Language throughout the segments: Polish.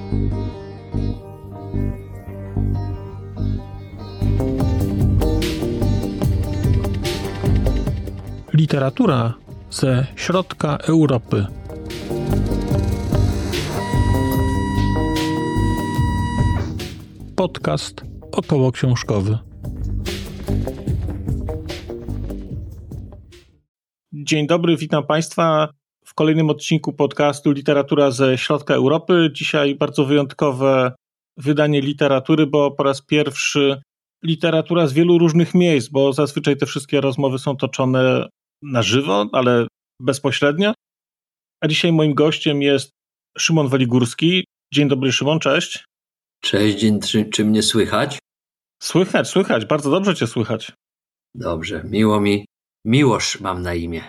Literatura ze środka Europy. Podcast okołoksiążkowy. Dzień dobry, witam Państwa w kolejnym odcinku podcastu Literatura ze środka Europy. Dzisiaj bardzo wyjątkowe wydanie literatury, bo po raz pierwszy literatura z wielu różnych miejsc, bo zazwyczaj te wszystkie rozmowy są toczone na żywo, ale bezpośrednio. A dzisiaj moim gościem jest Szymon Waligórski. Dzień dobry, Szymon, cześć. Cześć, dzień, czy mnie słychać? Słychać, bardzo dobrze cię słychać. Dobrze, miło mi. Miłosz mam na imię.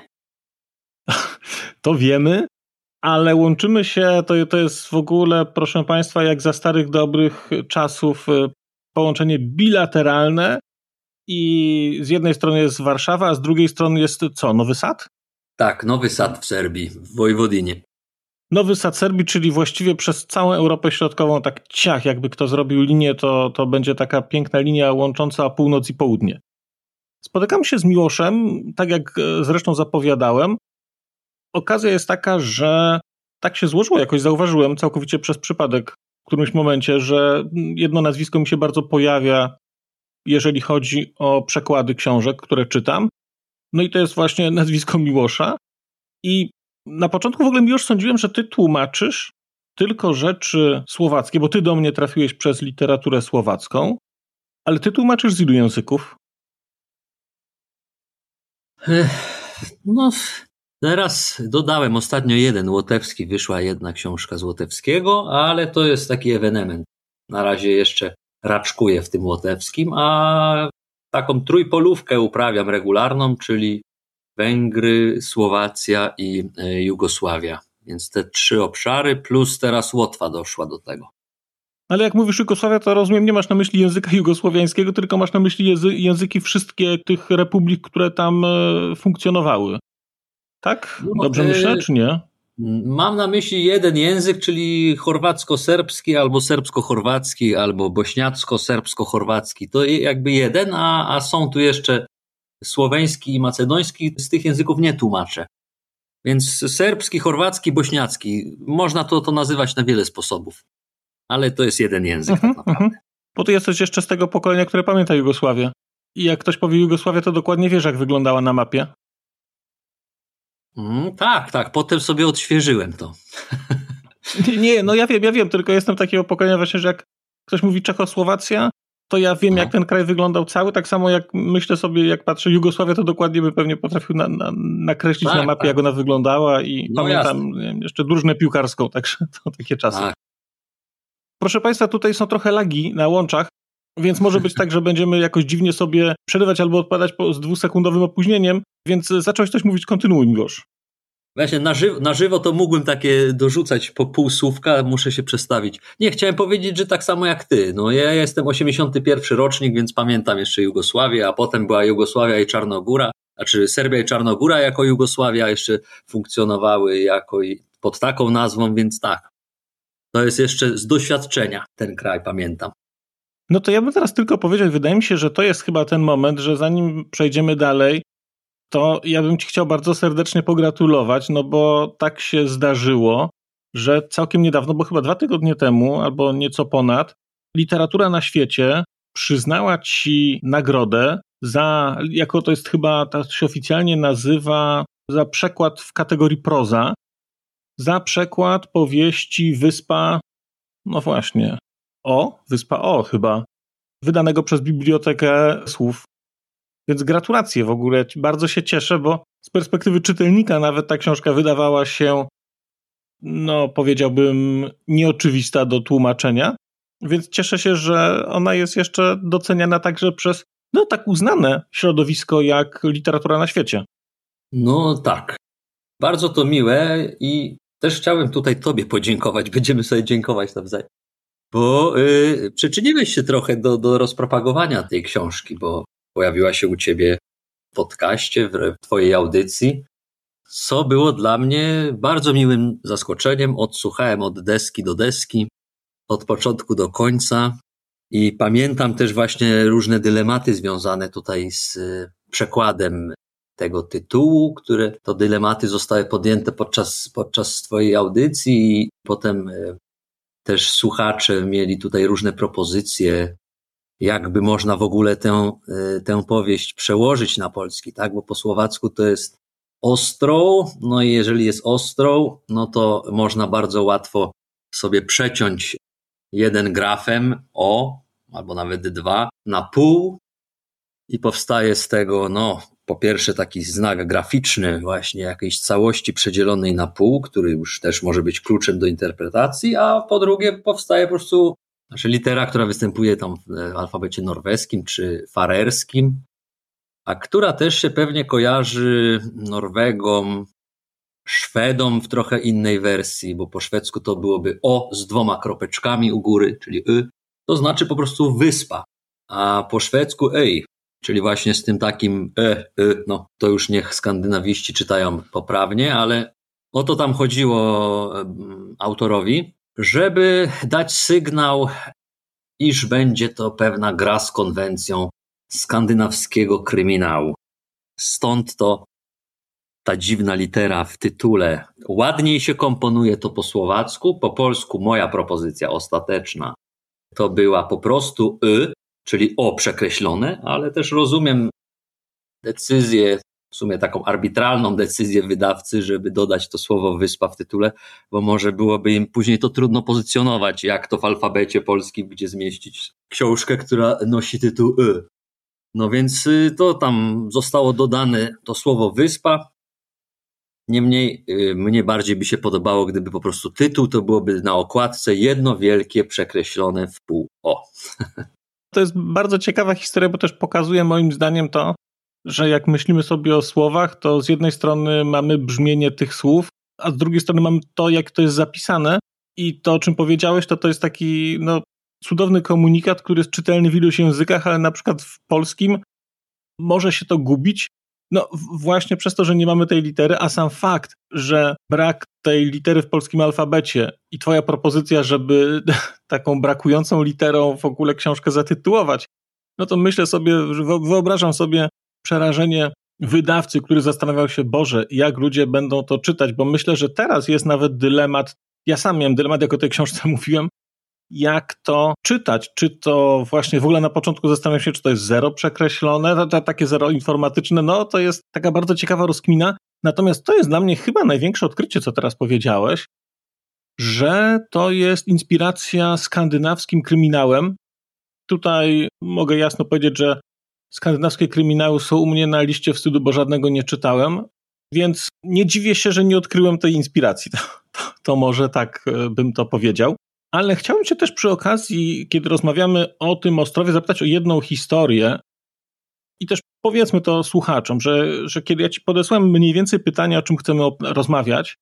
To wiemy, ale łączymy się, to jest w ogóle, proszę Państwa, jak za starych dobrych czasów połączenie bilateralne i z jednej strony jest Warszawa, a z drugiej strony jest co, Nowy Sad? Tak, Nowy Sad w Serbii, w Wojwodinie. Nowy Sad Serbii, czyli właściwie przez całą Europę Środkową, tak ciach, jakby kto zrobił linię, to będzie taka piękna linia łącząca północ i południe. Spotykam się z Miłoszem, tak jak zresztą zapowiadałem. Okazja jest taka, że tak się złożyło, jakoś zauważyłem całkowicie przez przypadek w którymś momencie, że jedno nazwisko mi się bardzo pojawia, jeżeli chodzi o przekłady książek, które czytam. No i to jest właśnie nazwisko Miłosza. I na początku w ogóle, Miłosz, sądziłem, że ty tłumaczysz tylko rzeczy słowackie, bo ty do mnie trafiłeś przez literaturę słowacką, ale ty tłumaczysz z ilu języków? No, teraz dodałem ostatnio jeden łotewski, wyszła jedna książka z łotewskiego, ale to jest taki ewenement. Na razie jeszcze raczkuję w tym łotewskim, a taką trójpolówkę uprawiam regularną, czyli Węgry, Słowacja i Jugosławia. Więc te 3 obszary, plus teraz Łotwa doszła do tego. Ale jak mówisz Jugosławia, to rozumiem, nie masz na myśli języka jugosłowiańskiego, tylko masz na myśli języki wszystkie tych republik, które tam funkcjonowały. Tak? Dobrze myślę, czy nie? Mam na myśli jeden język, czyli chorwacko-serbski, albo serbsko-chorwacki, albo bośniacko-serbsko-chorwacki. To jakby jeden, a są tu jeszcze słoweński i macedoński. Z tych języków nie tłumaczę. Więc serbski, chorwacki, bośniacki. Można to nazywać na wiele sposobów. Ale to jest jeden język tak naprawdę. Bo ty jesteś jeszcze z tego pokolenia, które pamięta Jugosławię. I jak ktoś powie Jugosławia, to dokładnie wiesz, jak wyglądała na mapie. Tak. Potem sobie odświeżyłem to. Nie, no ja wiem, tylko jestem takiego pokolenia właśnie, że jak ktoś mówi Czechosłowacja, to ja wiem, jak ten kraj wyglądał cały, tak samo jak myślę sobie, jak patrzę Jugosławia, to dokładnie by pewnie potrafił nakreślić na mapie, jak ona wyglądała i pamiętam jeszcze drużynę piłkarską, także to takie czasy. Tak. Proszę Państwa, tutaj są trochę lagi na łączach, więc może być tak, że będziemy jakoś dziwnie sobie przerywać albo odpadać z 2-sekundowym opóźnieniem, więc zacząłeś coś mówić, kontynuuj, Miłosz. Właśnie na żywo to mógłbym takie dorzucać po pół słówka, muszę się przestawić. Nie, chciałem powiedzieć, że tak samo jak ty. No ja jestem 81 rocznik, więc pamiętam jeszcze Jugosławię, a potem była Jugosławia i Czarnogóra, znaczy Serbia i Czarnogóra jako Jugosławia jeszcze funkcjonowały pod taką nazwą, więc tak. To jest jeszcze z doświadczenia ten kraj, pamiętam. No to ja bym teraz tylko powiedział, wydaje mi się, że to jest chyba ten moment, że zanim przejdziemy dalej, to ja bym ci chciał bardzo serdecznie pogratulować, no bo tak się zdarzyło, że całkiem niedawno, bo chyba 2 tygodnie temu, albo nieco ponad, Literatura na świecie przyznała ci nagrodę za, jako to jest chyba, tak się oficjalnie nazywa, za przekład w kategorii proza, za przekład powieści Wyspa, no właśnie, Wyspa O chyba, wydanego przez Bibliotekę Słów. Więc gratulacje w ogóle, bardzo się cieszę, bo z perspektywy czytelnika nawet ta książka wydawała się, no powiedziałbym, nieoczywista do tłumaczenia, więc cieszę się, że ona jest jeszcze doceniana także przez, no tak uznane środowisko jak literatura na świecie. No tak, bardzo to miłe i też chciałem tutaj tobie podziękować, będziemy sobie dziękować nawzajem, bo przyczyniłeś się trochę do rozpropagowania tej książki, bo pojawiła się u ciebie w podcaście, w twojej audycji, co było dla mnie bardzo miłym zaskoczeniem. Odsłuchałem od deski do deski. od początku do końca i pamiętam też właśnie różne dylematy związane tutaj z przekładem tego tytułu, które to dylematy zostały podjęte podczas twojej audycji i potem też słuchacze mieli tutaj różne propozycje, jakby można w ogóle tę powieść przełożyć na polski, tak? Bo po słowacku to jest ostrą, no i jeżeli jest ostrą, no to można bardzo łatwo sobie przeciąć jeden grafem albo nawet 2 na pół i powstaje z tego, po pierwsze taki znak graficzny właśnie jakiejś całości przedzielonej na pół, który już też może być kluczem do interpretacji, a po drugie powstaje po prostu litera, która występuje tam w alfabecie norweskim czy farerskim, a która też się pewnie kojarzy Norwegom, Szwedom w trochę innej wersji, bo po szwedzku to byłoby o z 2 kropeczkami u góry, czyli to znaczy po prostu wyspa, a po szwedzku czyli właśnie z tym takim to już niech skandynawiści czytają poprawnie, ale o to tam chodziło autorowi, żeby dać sygnał, iż będzie to pewna gra z konwencją skandynawskiego kryminału. Stąd to ta dziwna litera w tytule. Ładniej się komponuje to po słowacku, po polsku moja propozycja ostateczna to była po prostu czyli o przekreślone, ale też rozumiem decyzję, w sumie taką arbitralną decyzję wydawcy, żeby dodać to słowo wyspa w tytule, bo może byłoby im później to trudno pozycjonować, jak to w alfabecie polskim, gdzie zmieścić książkę, która nosi tytuł No więc to tam zostało dodane to słowo wyspa. Niemniej mnie bardziej by się podobało, gdyby po prostu tytuł to byłoby na okładce jedno wielkie przekreślone w pół o. To jest bardzo ciekawa historia, bo też pokazuje moim zdaniem to, że jak myślimy sobie o słowach, to z jednej strony mamy brzmienie tych słów, a z drugiej strony mamy to, jak to jest zapisane i to, o czym powiedziałeś, to jest taki cudowny komunikat, który jest czytelny w iluś językach, ale na przykład w polskim może się to gubić, właśnie przez to, że nie mamy tej litery, a sam fakt, że brak tej litery w polskim alfabecie i twoja propozycja, żeby taką brakującą literą w ogóle książkę zatytułować, to myślę sobie, wyobrażam sobie przerażenie wydawcy, który zastanawiał się, Boże, jak ludzie będą to czytać, bo myślę, że teraz jest nawet dylemat, ja sam miałem dylemat, jak o tej książce mówiłem, jak to czytać, czy to właśnie w ogóle na początku zastanawiam się, czy to jest zero przekreślone, takie zero informatyczne, to jest taka bardzo ciekawa rozkmina, natomiast to jest dla mnie chyba największe odkrycie, co teraz powiedziałeś, że to jest inspiracja skandynawskim kryminałem. Tutaj mogę jasno powiedzieć, że skandynawskie kryminały są u mnie na liście wstydu, bo żadnego nie czytałem, więc nie dziwię się, że nie odkryłem tej inspiracji. To może tak bym to powiedział. Ale chciałbym cię też przy okazji, kiedy rozmawiamy o tym Ostrowie, zapytać o jedną historię i też powiedzmy to słuchaczom, że kiedy ja ci podesłałem mniej więcej pytania, o czym chcemy rozmawiać,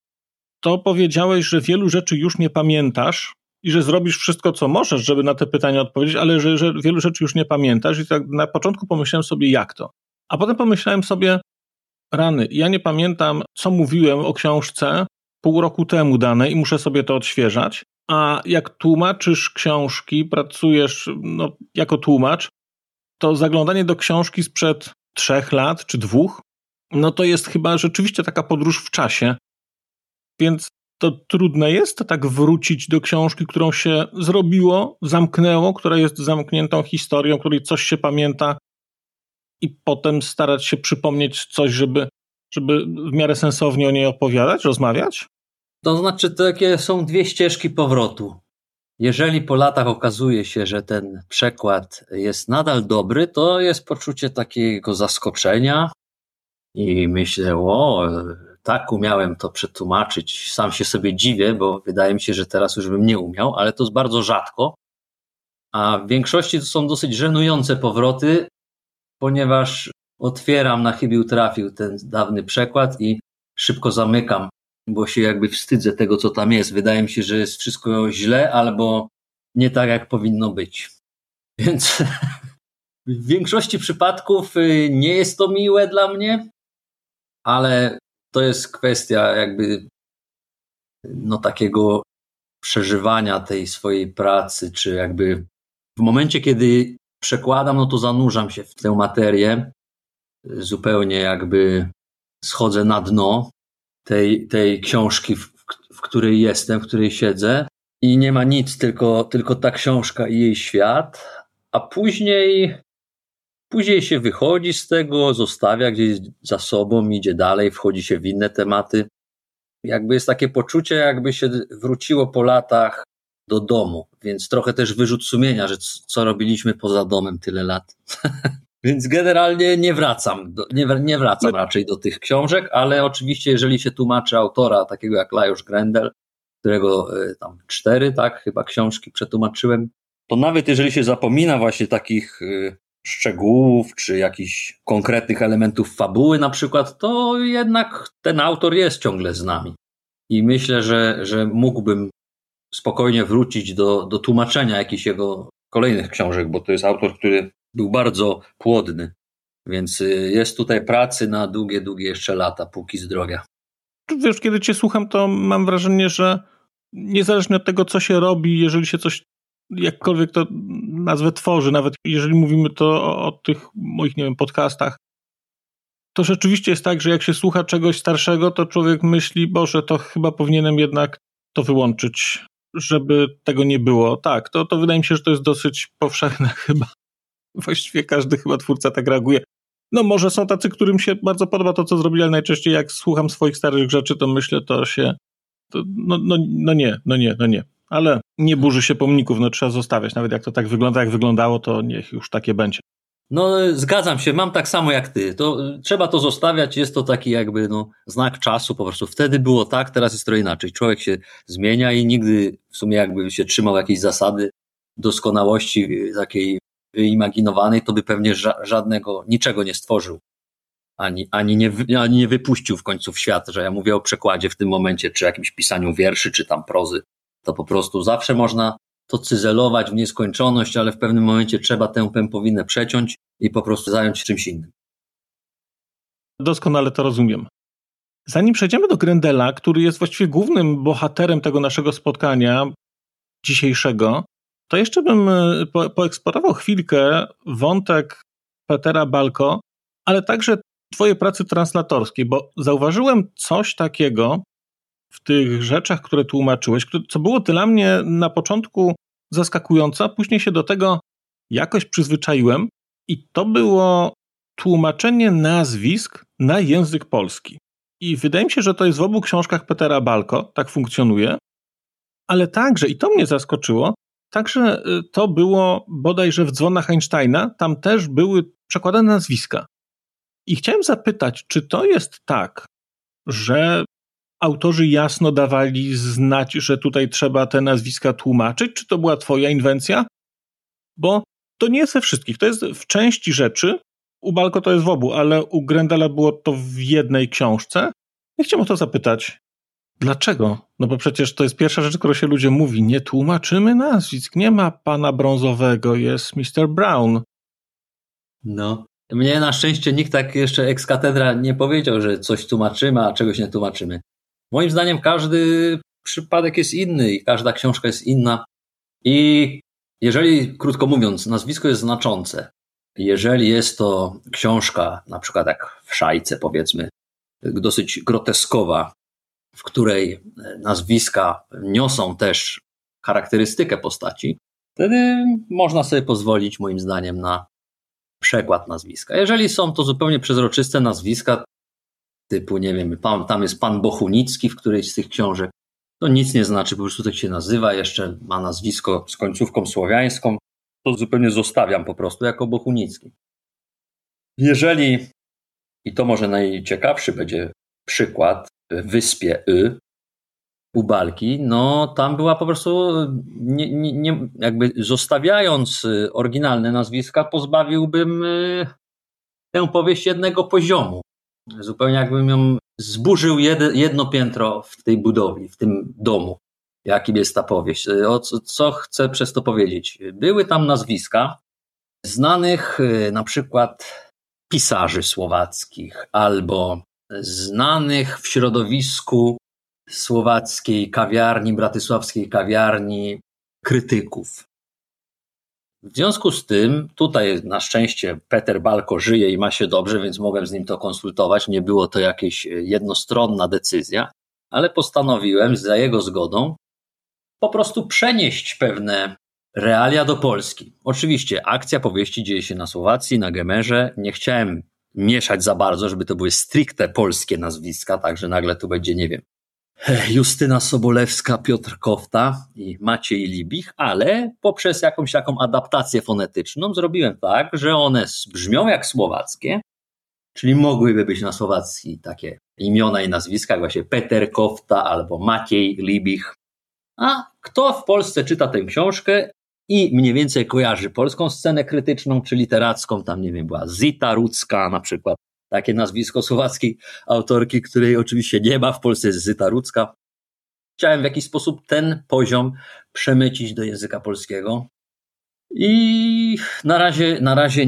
to powiedziałeś, że wielu rzeczy już nie pamiętasz i że zrobisz wszystko, co możesz, żeby na te pytania odpowiedzieć, ale że wielu rzeczy już nie pamiętasz i tak na początku pomyślałem sobie, jak to? A potem pomyślałem sobie, rany, ja nie pamiętam, co mówiłem o książce pół roku temu danej i muszę sobie to odświeżać. A jak tłumaczysz książki, pracujesz jako tłumacz, to zaglądanie do książki sprzed 3 lat czy 2, to jest chyba rzeczywiście taka podróż w czasie. Więc to trudne jest tak wrócić do książki, którą się zrobiło, zamknęło, która jest zamkniętą historią, której coś się pamięta i potem starać się przypomnieć coś, żeby w miarę sensownie o niej opowiadać, rozmawiać? To znaczy, takie są 2 ścieżki powrotu. Jeżeli po latach okazuje się, że ten przekład jest nadal dobry, to jest poczucie takiego zaskoczenia i myślę, tak umiałem to przetłumaczyć. Sam się sobie dziwię, bo wydaje mi się, że teraz już bym nie umiał, ale to jest bardzo rzadko. A w większości to są dosyć żenujące powroty, ponieważ otwieram na chybił trafił ten dawny przekład i szybko zamykam, bo się jakby wstydzę tego, co tam jest. Wydaje mi się, że jest wszystko źle albo nie tak, jak powinno być. Więc w większości przypadków nie jest to miłe dla mnie, ale to jest kwestia jakby takiego przeżywania tej swojej pracy, czy jakby w momencie, kiedy przekładam, no to zanurzam się w tę materię, zupełnie jakby schodzę na dno tej książki, w której jestem, w której siedzę i nie ma nic, tylko ta książka i jej świat, a później się wychodzi z tego, zostawia gdzieś za sobą, idzie dalej, wchodzi się w inne tematy. Jakby jest takie poczucie, jakby się wróciło po latach do domu, więc trochę też wyrzut sumienia, że co robiliśmy poza domem tyle lat. Więc generalnie nie wracam raczej do tych książek, ale oczywiście jeżeli się tłumaczy autora, takiego jak Lajos Grendel, którego tam 4, tak, chyba książki przetłumaczyłem, to nawet jeżeli się zapomina właśnie takich szczegółów, czy jakichś konkretnych elementów fabuły na przykład, to jednak ten autor jest ciągle z nami. I myślę, że mógłbym spokojnie wrócić do tłumaczenia jakichś jego kolejnych książek, bo to jest autor, który był bardzo płodny, więc jest tutaj pracy na długie jeszcze lata, póki zdrowia. Wiesz, kiedy cię słucham, to mam wrażenie, że niezależnie od tego, co się robi, jeżeli się coś, jakkolwiek to nazwę, tworzy, nawet jeżeli mówimy to o tych moich, nie wiem, podcastach, to rzeczywiście jest tak, że jak się słucha czegoś starszego, to człowiek myśli, Boże, to chyba powinienem jednak to wyłączyć, żeby tego nie było. Tak, to wydaje mi się, że to jest dosyć powszechne chyba. Właściwie każdy chyba twórca tak reaguje. No może są tacy, którym się bardzo podoba to, co zrobili, ale najczęściej jak słucham swoich starych rzeczy, to myślę, nie. Ale nie burzy się pomników, no trzeba zostawiać. Nawet jak to tak wygląda, jak wyglądało, to niech już takie będzie. No zgadzam się, mam tak samo jak ty. To trzeba to zostawiać, jest to taki jakby znak czasu, po prostu wtedy było tak, teraz jest trochę inaczej. Człowiek się zmienia i nigdy w sumie jakby się trzymał jakiejś zasady doskonałości takiej wyimaginowanej, to by pewnie niczego nie stworzył. Ani nie wypuścił w końcu w świat, że ja mówię o przekładzie w tym momencie, czy jakimś pisaniu wierszy, czy tam prozy. To po prostu zawsze można to cyzelować w nieskończoność, ale w pewnym momencie trzeba tę pępowinę przeciąć i po prostu zająć się czymś innym. Doskonale to rozumiem. Zanim przejdziemy do Grendela, który jest właściwie głównym bohaterem tego naszego spotkania dzisiejszego, to jeszcze bym poeksplorował chwilkę wątek Petera Balko, ale także twoje pracy translatorskiej, bo zauważyłem coś takiego w tych rzeczach, które tłumaczyłeś, co było dla mnie na początku zaskakujące, a później się do tego jakoś przyzwyczaiłem i to było tłumaczenie nazwisk na język polski. I wydaje mi się, że to jest w obu książkach Petera Balko, tak funkcjonuje, ale także, i to mnie zaskoczyło, także to było bodajże w Dzwonach Einsteina, tam też były przekładane nazwiska. I chciałem zapytać, czy to jest tak, że autorzy jasno dawali znać, że tutaj trzeba te nazwiska tłumaczyć, czy to była twoja inwencja? Bo to nie jest we wszystkich, to jest w części rzeczy, u Balko to jest w obu, ale u Grendela było to w jednej książce. I chciałem o to zapytać, dlaczego? No bo przecież to jest pierwsza rzecz, którą się ludzie mówi, nie tłumaczymy nazwisk, nie ma pana brązowego, jest Mr. Brown. No, mnie na szczęście nikt tak jeszcze ex cathedra nie powiedział, że coś tłumaczymy, a czegoś nie tłumaczymy. Moim zdaniem każdy przypadek jest inny i każda książka jest inna i jeżeli, krótko mówiąc, nazwisko jest znaczące, jeżeli jest to książka, na przykład jak w Szajce powiedzmy, dosyć groteskowa, w której nazwiska niosą też charakterystykę postaci, wtedy można sobie pozwolić moim zdaniem na przekład nazwiska. Jeżeli są to zupełnie przezroczyste nazwiska, typu, nie wiem, tam jest pan Bochunicki w którejś z tych książek, to nic nie znaczy, po prostu tak się nazywa, jeszcze ma nazwisko z końcówką słowiańską, to zupełnie zostawiam po prostu jako Bochunicki. Jeżeli, i to może najciekawszy będzie przykład, w Wyspie u Balki, no tam była po prostu, jakby zostawiając oryginalne nazwiska, pozbawiłbym tę powieść jednego poziomu. Zupełnie jakbym ją zburzył jedno piętro w tej budowli, w tym domu, jakim jest ta powieść. Co chcę przez to powiedzieć? Były tam nazwiska znanych na przykład pisarzy słowackich albo znanych w środowisku słowackiej kawiarni, bratysławskiej kawiarni krytyków. W związku z tym, tutaj na szczęście Peter Balko żyje i ma się dobrze, więc mogłem z nim to konsultować. Nie było to jakaś jednostronna decyzja, ale postanowiłem za jego zgodą po prostu przenieść pewne realia do Polski. Oczywiście akcja powieści dzieje się na Słowacji, na Gemerze. Nie chciałem mieszać za bardzo, żeby to były stricte polskie nazwiska, także nagle tu będzie, nie wiem, Justyna Sobolewska, Piotr Kofta i Maciej Libich, ale poprzez jakąś taką adaptację fonetyczną zrobiłem tak, że one brzmią jak słowackie, czyli mogłyby być na słowacki takie imiona i nazwiska, jak właśnie Peter Kofta albo Maciej Libich. A kto w Polsce czyta tę książkę i mniej więcej kojarzy polską scenę krytyczną czy literacką, tam nie wiem, była Zita Rudzka na przykład, takie nazwisko słowackiej autorki, której oczywiście nie ma, w Polsce jest Zyta Rudzka. Chciałem w jakiś sposób ten poziom przemycić do języka polskiego i na razie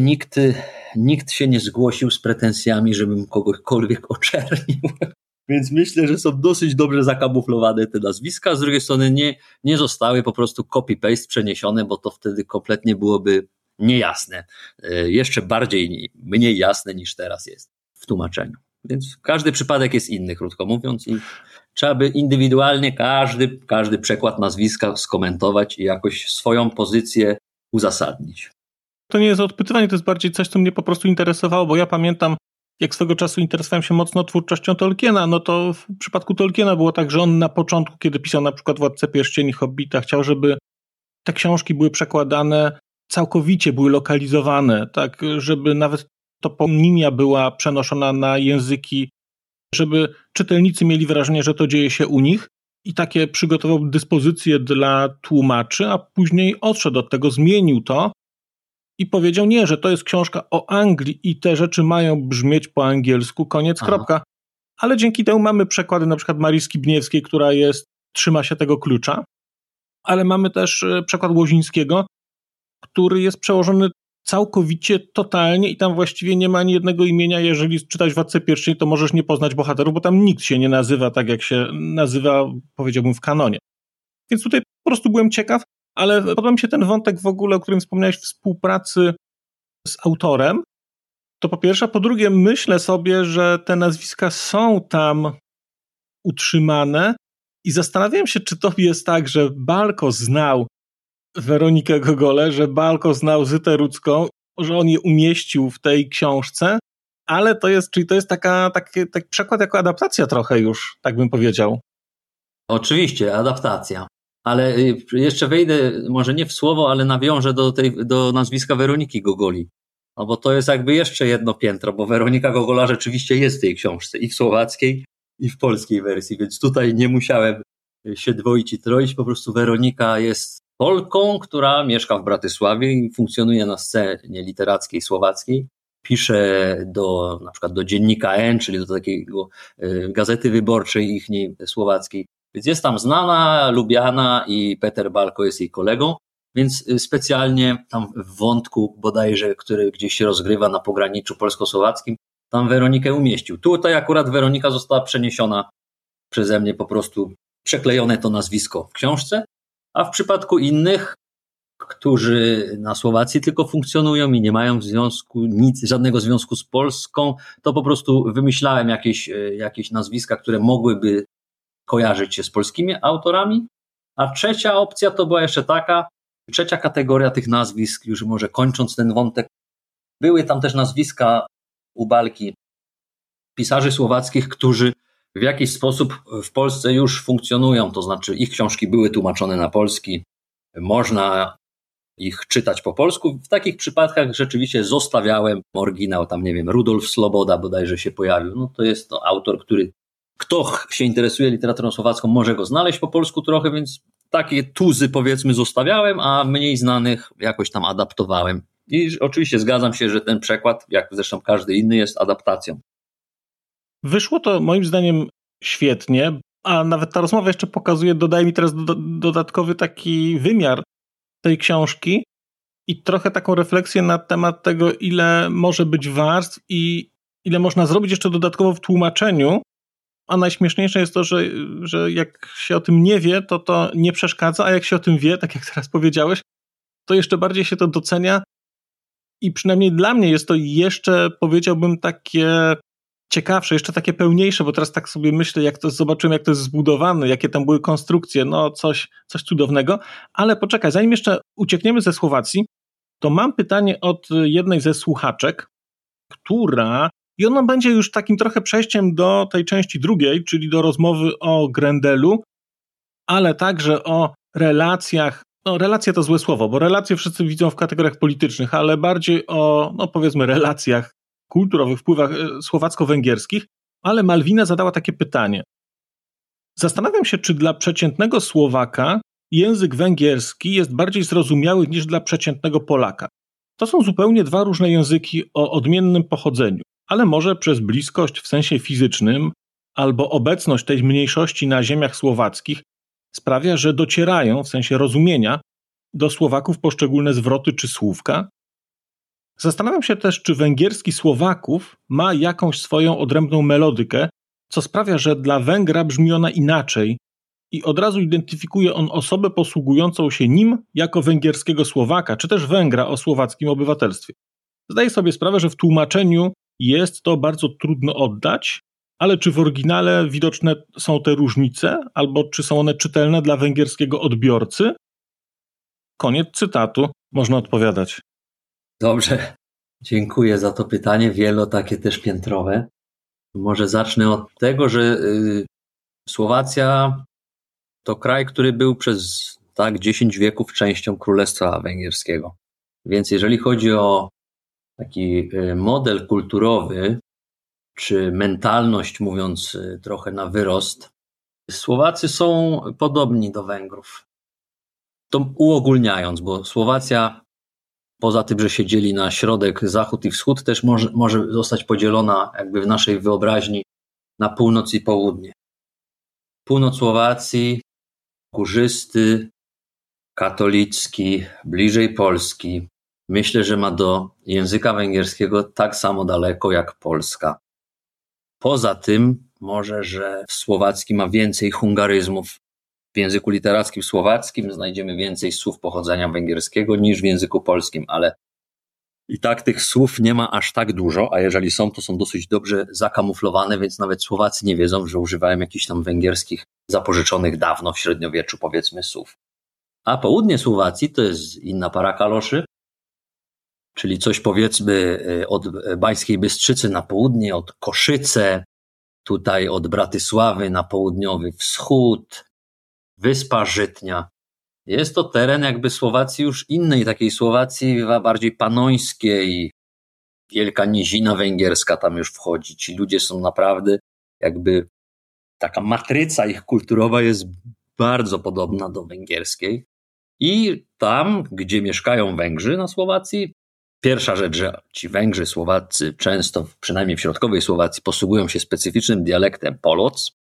nikt się nie zgłosił z pretensjami, żebym kogokolwiek oczernił. Więc myślę, że są dosyć dobrze zakamuflowane te nazwiska. Z drugiej strony nie zostały po prostu copy-paste przeniesione, bo to wtedy kompletnie byłoby niejasne. Jeszcze mniej jasne niż teraz jest w tłumaczeniu. Więc każdy przypadek jest inny, krótko mówiąc, i trzeba by indywidualnie każdy przekład nazwiska skomentować i jakoś swoją pozycję uzasadnić. To nie jest odpytywanie, to jest bardziej coś, co mnie po prostu interesowało, bo ja pamiętam, jak swego czasu interesowałem się mocno twórczością Tolkiena, no to w przypadku Tolkiena było tak, że on na początku, kiedy pisał na przykład Władcę Pierścieni, Hobbita, chciał, żeby te książki były przekładane całkowicie, były lokalizowane, tak, żeby nawet toponimia była przenoszona na języki, żeby czytelnicy mieli wrażenie, że to dzieje się u nich, i takie przygotował dyspozycje dla tłumaczy, a później odszedł od tego, zmienił to i powiedział, nie, że to jest książka o Anglii i te rzeczy mają brzmieć po angielsku, koniec, kropka. Ale dzięki temu mamy przekłady na przykład Marii Skibniewskiej, która trzyma się tego klucza, ale mamy też przekład Łozińskiego, który jest przełożony całkowicie, totalnie i tam właściwie nie ma ani jednego imienia. Jeżeli czytać Władcę Pierścieni, to możesz nie poznać bohaterów, bo tam nikt się nie nazywa tak, jak się nazywa, powiedziałbym, w kanonie. Więc tutaj po prostu byłem ciekaw, ale podoba mi się ten wątek w ogóle, o którym wspomniałeś, współpracy z autorem. To po pierwsze, a po drugie myślę sobie, że te nazwiska są tam utrzymane i zastanawiałem się, czy to jest tak, że Balko znał Weronikę Gogolę, że Balko znał Zytę Rudzką, że on je umieścił w tej książce, ale to jest taki przekład jako adaptacja trochę już, tak bym powiedział. Oczywiście, adaptacja. Ale jeszcze wejdę, może nie w słowo, ale nawiążę do nazwiska Weroniki Gogoli. No bo to jest jakby jeszcze jedno piętro, bo Weronika Gogola rzeczywiście jest w tej książce i w słowackiej, i w polskiej wersji, więc tutaj nie musiałem się dwoić i troić. Po prostu Weronika jest Polką, która mieszka w Bratysławie i funkcjonuje na scenie literackiej słowackiej. Pisze na przykład do Dziennika N, czyli do takiego Gazety Wyborczej ichniej słowackiej. Więc jest tam znana, lubiana i Peter Balko jest jej kolegą, więc specjalnie tam w wątku bodajże, który gdzieś się rozgrywa na pograniczu polsko-słowackim, tam Weronikę umieścił. Tutaj akurat Weronika została przeniesiona przeze mnie, po prostu przeklejone to nazwisko w książce, a w przypadku innych, którzy na Słowacji tylko funkcjonują i nie mają żadnego związku z Polską, to po prostu wymyślałem jakieś nazwiska, które mogłyby kojarzyć się z polskimi autorami, a trzecia opcja to była jeszcze trzecia kategoria tych nazwisk, już może kończąc ten wątek, były tam też nazwiska u Balki pisarzy słowackich, którzy w jakiś sposób w Polsce już funkcjonują, to znaczy ich książki były tłumaczone na polski, można ich czytać po polsku. W takich przypadkach rzeczywiście zostawiałem oryginał, tam nie wiem, Rudolf Sloboda bodajże się pojawił, no to jest to autor, kto się interesuje literaturą słowacką, może go znaleźć po polsku trochę, więc takie tuzy powiedzmy zostawiałem, a mniej znanych jakoś tam adaptowałem. I oczywiście zgadzam się, że ten przekład, jak zresztą każdy inny, jest adaptacją. Wyszło to moim zdaniem świetnie, a nawet ta rozmowa jeszcze pokazuje, dodaje mi teraz dodatkowy taki wymiar tej książki i trochę taką refleksję na temat tego, ile może być warstw i ile można zrobić jeszcze dodatkowo w tłumaczeniu, a najśmieszniejsze jest to, że jak się o tym nie wie, to nie przeszkadza, a jak się o tym wie, tak jak teraz powiedziałeś, to jeszcze bardziej się to docenia i przynajmniej dla mnie jest to jeszcze, powiedziałbym, takie ciekawsze, jeszcze takie pełniejsze, bo teraz tak sobie myślę, zobaczyłem, jak to jest zbudowane, jakie tam były konstrukcje, no coś cudownego, ale poczekaj, zanim jeszcze uciekniemy ze Słowacji, to mam pytanie od jednej ze słuchaczek, i ono będzie już takim trochę przejściem do tej części drugiej, czyli do rozmowy o Grendelu, ale także o relacjach. No, relacje to złe słowo, bo relacje wszyscy widzą w kategoriach politycznych, ale bardziej o, no powiedzmy, relacjach kulturowych, wpływach słowacko-węgierskich. Ale Malwina zadała takie pytanie. Zastanawiam się, czy dla przeciętnego Słowaka język węgierski jest bardziej zrozumiały niż dla przeciętnego Polaka. To są zupełnie dwa różne języki o odmiennym pochodzeniu, ale może przez bliskość w sensie fizycznym albo obecność tej mniejszości na ziemiach słowackich sprawia, że docierają w sensie rozumienia do Słowaków poszczególne zwroty czy słówka. Zastanawiam się też, czy węgierski Słowaków ma jakąś swoją odrębną melodykę, co sprawia, że dla Węgra brzmi ona inaczej i od razu identyfikuje on osobę posługującą się nim jako węgierskiego Słowaka, czy też Węgra o słowackim obywatelstwie. Zdaję sobie sprawę, że w tłumaczeniu jest to bardzo trudno oddać, ale czy w oryginale widoczne są te różnice, albo czy są one czytelne dla węgierskiego odbiorcy? Koniec cytatu. Można odpowiadać. Dobrze, dziękuję za to pytanie, takie też piętrowe. Może zacznę od tego, że Słowacja to kraj, który był przez 10 wieków częścią Królestwa Węgierskiego. Więc jeżeli chodzi o taki model kulturowy, czy mentalność, mówiąc trochę na wyrost, Słowacy są podobni do Węgrów. To uogólniając, bo Słowacja, poza tym, że się dzieli na środek, zachód i wschód, też może zostać podzielona jakby w naszej wyobraźni na północ i południe. Północ Słowacji, górzysty, katolicki, bliżej Polski. Myślę, że ma do języka węgierskiego tak samo daleko jak Polska. Poza tym może, że w słowackim ma więcej hungaryzmów. W języku literackim słowackim znajdziemy więcej słów pochodzenia węgierskiego niż w języku polskim, ale i tak tych słów nie ma aż tak dużo, a jeżeli są, to są dosyć dobrze zakamuflowane, więc nawet Słowacy nie wiedzą, że używają jakichś tam węgierskich, zapożyczonych dawno w średniowieczu, powiedzmy, słów. A południe Słowacji to jest inna para kaloszy, czyli coś powiedzmy od Bańskiej Bystrzycy na południe, od Koszyce, tutaj od Bratysławy na południowy wschód, Wyspa Żytnia. Jest to teren jakby Słowacji już innej, takiej Słowacji bardziej panońskiej. Wielka Nizina Węgierska tam już wchodzi. Ci ludzie są naprawdę jakby, taka matryca ich kulturowa jest bardzo podobna do węgierskiej. I tam, gdzie mieszkają Węgrzy na Słowacji, pierwsza rzecz, że ci Węgrzy, Słowacy często, przynajmniej w środkowej Słowacji, posługują się specyficznym dialektem Poloc,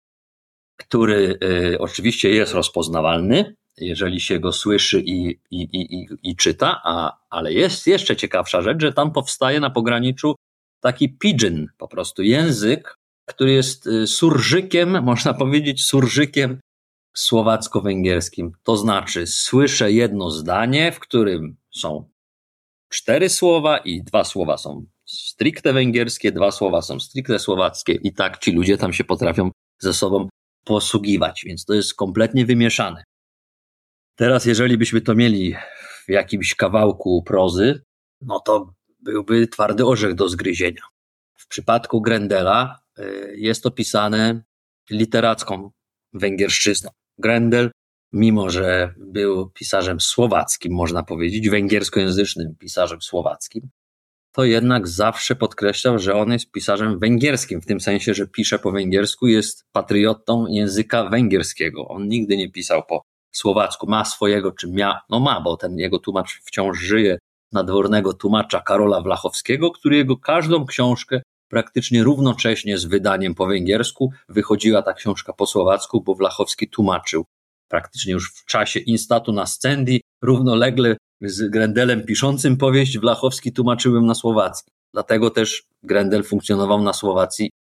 który oczywiście jest rozpoznawalny, jeżeli się go słyszy i czyta, ale jest jeszcze ciekawsza rzecz, że tam powstaje na pograniczu taki pidgin, po prostu język, który jest surżykiem, można powiedzieć surżykiem słowacko-węgierskim. To znaczy słyszę jedno zdanie, w którym są 4 słowa i 2 słowa są stricte węgierskie, 2 słowa są stricte słowackie i tak ci ludzie tam się potrafią ze sobą posługiwać, więc to jest kompletnie wymieszane. Teraz jeżeli byśmy to mieli w jakimś kawałku prozy, no to byłby twardy orzech do zgryzienia. W przypadku Grendela jest to pisane literacką węgierszczyzną. Grendel, mimo że był pisarzem słowackim, można powiedzieć, węgierskojęzycznym pisarzem słowackim, to jednak zawsze podkreślał, że on jest pisarzem węgierskim, w tym sensie, że pisze po węgiersku, jest patriotą języka węgierskiego. On nigdy nie pisał po słowacku, ma swojego, czy ma, bo ten jego tłumacz wciąż żyje, nadwornego tłumacza Karola Wlachowskiego, który jego każdą książkę praktycznie równocześnie z wydaniem po węgiersku wychodziła ta książka po słowacku, bo Wlachowski tłumaczył praktycznie już w czasie instatu na Scendi, równolegle z Grendelem piszącym powieść, Wlachowski tłumaczył ją na słowacki. Dlatego też Grendel funkcjonował na Słowacji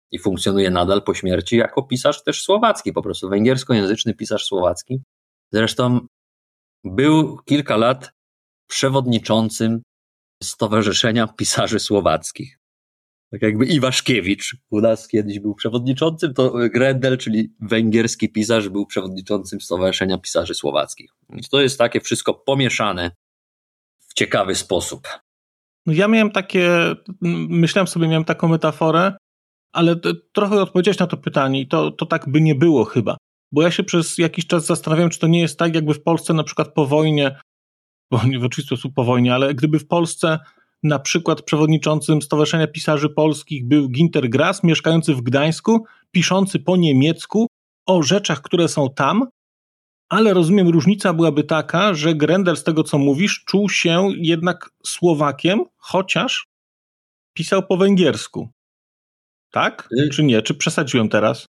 i funkcjonuje nadal po śmierci jako pisarz też słowacki, po prostu węgierskojęzyczny pisarz słowacki. Zresztą był kilka lat przewodniczącym Stowarzyszenia Pisarzy Słowackich. Tak jakby Iwaszkiewicz u nas kiedyś był przewodniczącym, to Grendel, czyli węgierski pisarz, był przewodniczącym Stowarzyszenia Pisarzy Słowackich. Więc to jest takie wszystko pomieszane w ciekawy sposób. No ja myślałem sobie, miałem taką metaforę, ale trochę odpowiedziałeś na to pytanie i to tak by nie było chyba. Bo ja się przez jakiś czas zastanawiałem, czy to nie jest tak, jakby w Polsce na przykład po wojnie, bo nie w oczywisty sposób po wojnie, ale gdyby w Polsce na przykład przewodniczącym Stowarzyszenia Pisarzy Polskich był Günter Grass, mieszkający w Gdańsku, piszący po niemiecku o rzeczach, które są tam, ale rozumiem, różnica byłaby taka, że Grendel, z tego co mówisz, czuł się jednak Słowakiem, chociaż pisał po węgiersku. Tak? Czy nie? Czy przesadziłem teraz?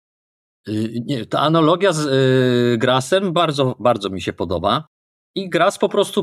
Nie, ta analogia z Grassem bardzo, bardzo mi się podoba. I Grass po prostu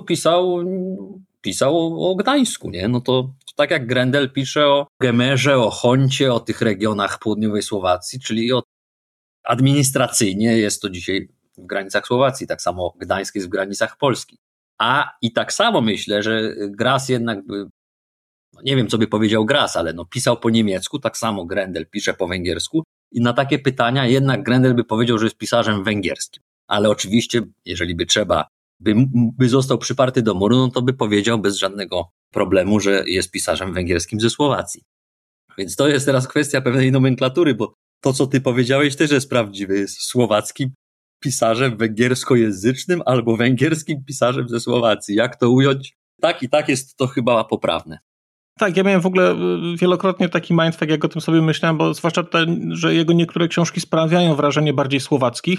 pisał o Gdańsku, nie? No to tak jak Grendel pisze o Gemerze, o Honcie, o tych regionach południowej Słowacji, czyli administracyjnie jest to dzisiaj w granicach Słowacji, tak samo Gdańsk jest w granicach Polski. I tak samo myślę, że Grass jednak nie wiem, co by powiedział Grass, ale pisał po niemiecku, tak samo Grendel pisze po węgiersku i na takie pytania jednak Grendel by powiedział, że jest pisarzem węgierskim. Ale oczywiście, jeżeli by trzeba, by został przyparty do muru, no to by powiedział bez żadnego problemu, że jest pisarzem węgierskim ze Słowacji. Więc to jest teraz kwestia pewnej nomenklatury, bo to, co ty powiedziałeś, też jest prawdziwe. Jest słowackim pisarzem węgierskojęzycznym albo węgierskim pisarzem ze Słowacji. Jak to ująć? Tak i tak jest to chyba poprawne. Tak, ja miałem w ogóle wielokrotnie taki mindfuck, jak o tym sobie myślałem, bo zwłaszcza że jego niektóre książki sprawiają wrażenie bardziej słowackich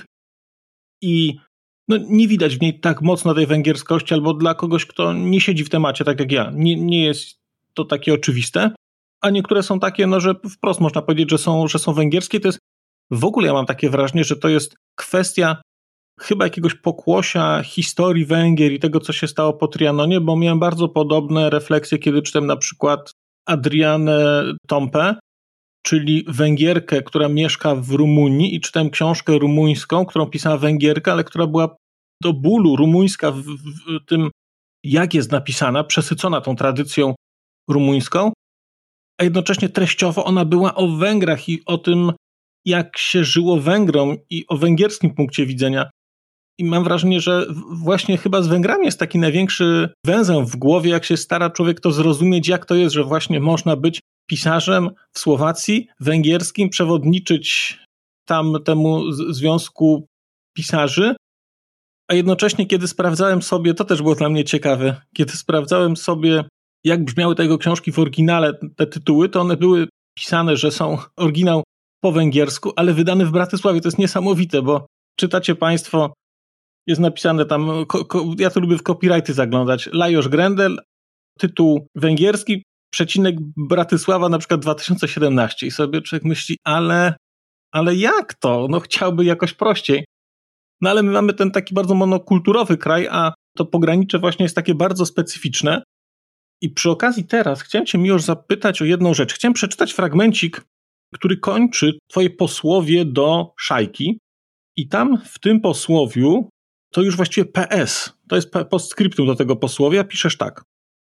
i nie widać w niej tak mocno tej węgierskości, albo dla kogoś, kto nie siedzi w temacie, tak jak ja, nie jest to takie oczywiste, a niektóre są takie, że wprost można powiedzieć, że są węgierskie. To jest, w ogóle ja mam takie wrażenie, że to jest kwestia chyba jakiegoś pokłosia historii Węgier i tego, co się stało po Trianonie, bo miałem bardzo podobne refleksje, kiedy czytałem na przykład Adrianę Tompę, czyli Węgierkę, która mieszka w Rumunii, i czytałem książkę rumuńską, którą pisała Węgierka, ale która była do bólu rumuńska w tym, jak jest napisana, przesycona tą tradycją rumuńską, a jednocześnie treściowo ona była o Węgrach i o tym, jak się żyło Węgrom i o węgierskim punkcie widzenia. I mam wrażenie, że właśnie chyba z Węgrami jest taki największy węzeł w głowie, jak się stara człowiek to zrozumieć, jak to jest, że właśnie można być pisarzem w Słowacji, węgierskim, przewodniczyć tam temu związku pisarzy, a jednocześnie kiedy sprawdzałem sobie, to też było dla mnie ciekawe, kiedy sprawdzałem sobie, jak brzmiały te jego książki w oryginale, te tytuły, to one były pisane, że są oryginał po węgiersku, ale wydany w Bratysławie. To jest niesamowite, bo czytacie państwo, jest napisane tam, ja to lubię w copyrighty zaglądać, Lajos Grendel, tytuł węgierski, przecinek Bratysława na przykład 2017 i sobie człowiek myśli, ale jak to? Chciałby jakoś prościej. Ale my mamy ten taki bardzo monokulturowy kraj, a to pogranicze właśnie jest takie bardzo specyficzne. I przy okazji teraz chciałem cię, Miłosz, zapytać o jedną rzecz. Chciałem przeczytać fragmencik, który kończy twoje posłowie do Szajki i tam w tym posłowiu to już właściwie PS, to jest postscriptum do tego posłowia, piszesz tak.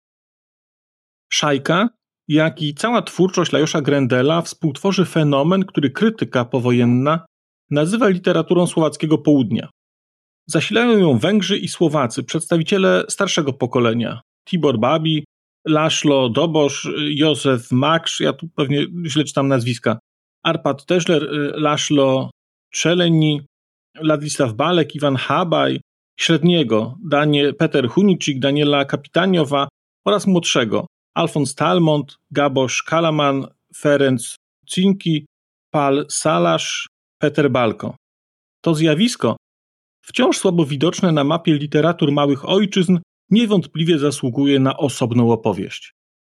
Szajka, jak i cała twórczość Lajosza Grendela współtworzy fenomen, który krytyka powojenna nazywa literaturą słowackiego południa. Zasilają ją Węgrzy i Słowacy, przedstawiciele starszego pokolenia. Tibor Babi, László Dobos, Józef Maksz, ja tu pewnie źle czytam nazwiska, Arpad Teschler, László Czeleni, Ladisław Balek, Iwan Habaj, średniego Peter Hunicik, Daniela Kapitaniowa oraz młodszego Alfons Talmont, Gabosz Kalaman, Ferenc Cinki, Pal Salasz, Peter Balko. To zjawisko, wciąż słabo widoczne na mapie literatur małych ojczyzn, niewątpliwie zasługuje na osobną opowieść.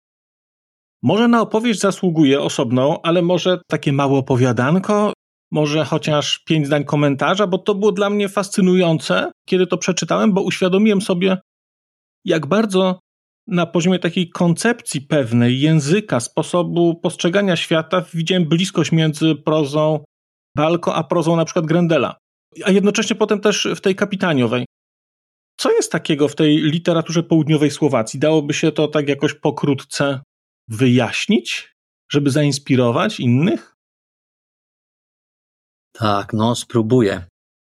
Może na opowieść zasługuje osobną, ale może takie małe opowiadanko, może chociaż 5 zdań komentarza, bo to było dla mnie fascynujące, kiedy to przeczytałem, bo uświadomiłem sobie, jak bardzo na poziomie takiej koncepcji pewnej, języka, sposobu postrzegania świata widziałem bliskość między prozą Balko a prozą na przykład Grendela. A jednocześnie potem też w tej Kapitaniowej. Co jest takiego w tej literaturze południowej Słowacji? Dałoby się to tak jakoś pokrótce wyjaśnić, żeby zainspirować innych? Tak, no spróbuję.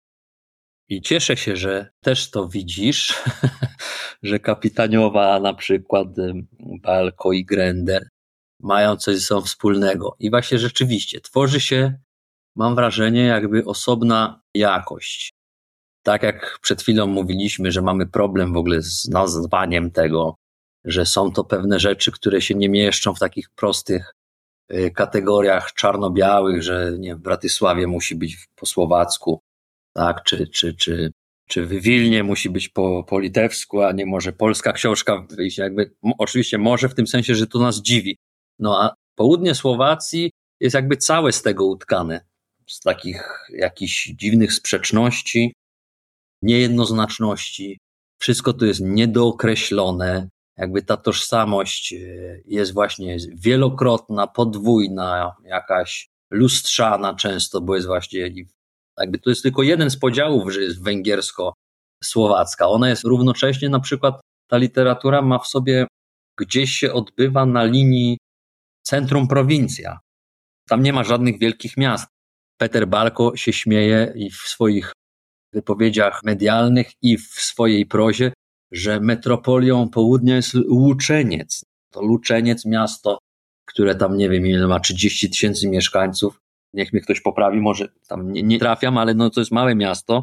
I cieszę się, że też to widzisz, że Kapitaniowa na przykład, Balko i Grendel mają coś ze sobą wspólnego. I właśnie rzeczywiście tworzy się, mam wrażenie, jakby osobna jakość. Tak jak przed chwilą mówiliśmy, że mamy problem w ogóle z nazwaniem tego, że są to pewne rzeczy, które się nie mieszczą w takich prostych kategoriach czarno-białych, że nie, w Bratysławie musi być po słowacku, tak, czy w Wilnie musi być po litewsku, a nie może polska książka wyjść. Jakby, oczywiście może w tym sensie, że to nas dziwi. No a południe Słowacji jest jakby całe z tego utkane, z takich jakichś dziwnych sprzeczności, niejednoznaczności. Wszystko to jest niedookreślone. Jakby ta tożsamość jest właśnie wielokrotna, podwójna, jakaś lustrzana często, bo jest właśnie, jakby to jest tylko jeden z podziałów, że jest węgiersko-słowacka. Ona jest równocześnie, na przykład ta literatura ma w sobie, gdzieś się odbywa na linii centrum-prowincja. Tam nie ma żadnych wielkich miast. Peter Balko się śmieje i w swoich wypowiedziach medialnych i w swojej prozie, że metropolią południa jest Łuczeniec. To Łuczeniec, miasto, które tam nie wiem ile ma, 30 000 mieszkańców. Niech mnie ktoś poprawi, może tam nie trafiam, ale no to jest małe miasto.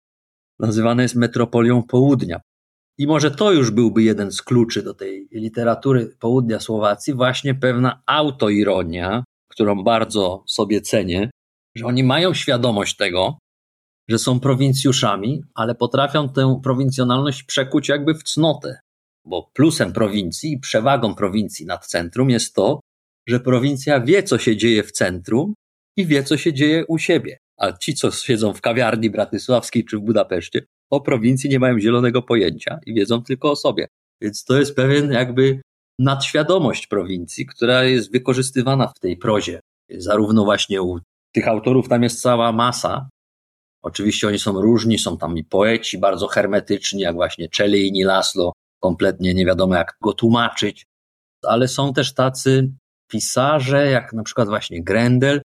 Nazywane jest metropolią południa. I może to już byłby jeden z kluczy do tej literatury południa Słowacji, właśnie pewna autoironia, którą bardzo sobie cenię, że oni mają świadomość tego, że są prowincjuszami, ale potrafią tę prowincjonalność przekuć jakby w cnotę. Bo plusem prowincji i przewagą prowincji nad centrum jest to, że prowincja wie, co się dzieje w centrum i wie, co się dzieje u siebie. A ci, co siedzą w kawiarni bratysławskiej czy w Budapeszcie, o prowincji nie mają zielonego pojęcia i wiedzą tylko o sobie. Więc to jest pewien jakby nadświadomość prowincji, która jest wykorzystywana w tej prozie. Zarówno właśnie u tych autorów tam jest cała masa. Oczywiście oni są różni, są tam i poeci bardzo hermetyczni, jak właśnie Cellini, Laszlo, kompletnie nie wiadomo jak go tłumaczyć, ale są też tacy pisarze, jak na przykład właśnie Grendel,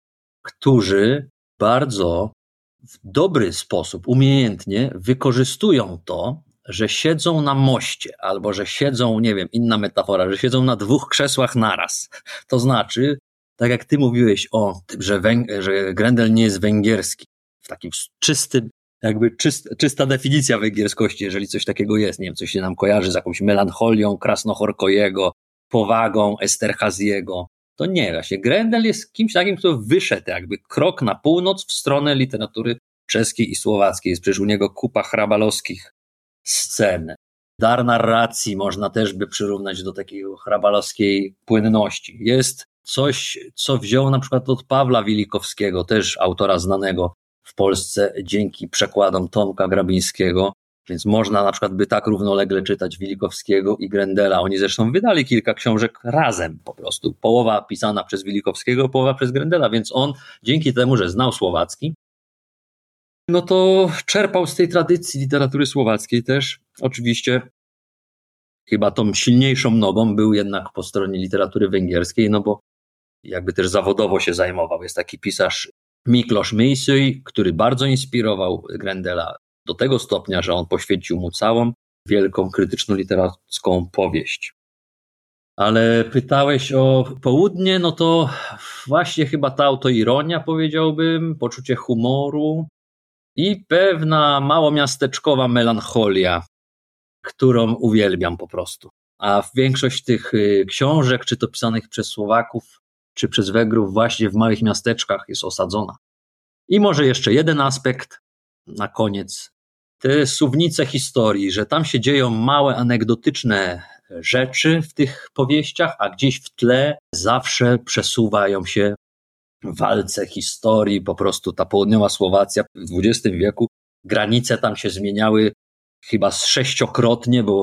którzy bardzo w dobry sposób, umiejętnie wykorzystują to, że siedzą na moście, albo że siedzą, nie wiem, inna metafora, że siedzą na 2 krzesłach naraz. To znaczy, tak jak ty mówiłeś o tym, że Grendel nie jest węgierski, w takim czystym, jakby czysta definicja węgierskości, jeżeli coś takiego jest, nie wiem, coś się nam kojarzy z jakąś melancholią Krasnohorkojego, powagą Esterhazyego. To nie, właśnie Grendel jest kimś takim, kto wyszedł jakby krok na północ w stronę literatury czeskiej i słowackiej. Jest przecież u niego kupa hrabalowskich scen. Dar narracji można też by przyrównać do takiej hrabalowskiej płynności. Jest coś, co wziął na przykład od Pawła Wilikowskiego, też autora znanego w Polsce dzięki przekładom Tomka Grabińskiego, więc można na przykład by tak równolegle czytać Wilikowskiego i Grendela. Oni zresztą wydali kilka książek razem po prostu. Połowa pisana przez Wilikowskiego, połowa przez Grendela, więc on dzięki temu, że znał słowacki, no to czerpał z tej tradycji literatury słowackiej też. Oczywiście chyba tą silniejszą nogą był jednak po stronie literatury węgierskiej, no bo jakby też zawodowo się zajmował. Jest taki pisarz Miklos Mészöly, który bardzo inspirował Grendela do tego stopnia, że on poświęcił mu całą wielką krytyczno-literacką powieść. Ale pytałeś o południe, no to właśnie chyba ta autoironia, powiedziałbym, poczucie humoru i pewna małomiasteczkowa melancholia, którą uwielbiam po prostu. A większość tych książek, czy to pisanych przez Słowaków, czy przez Węgrów właśnie w małych miasteczkach jest osadzona. I może jeszcze jeden aspekt na koniec. Te suwnice historii, że tam się dzieją małe anegdotyczne rzeczy w tych powieściach, a gdzieś w tle zawsze przesuwają się walce historii, po prostu ta południowa Słowacja w XX wieku, granice tam się zmieniały chyba 6-krotnie, bo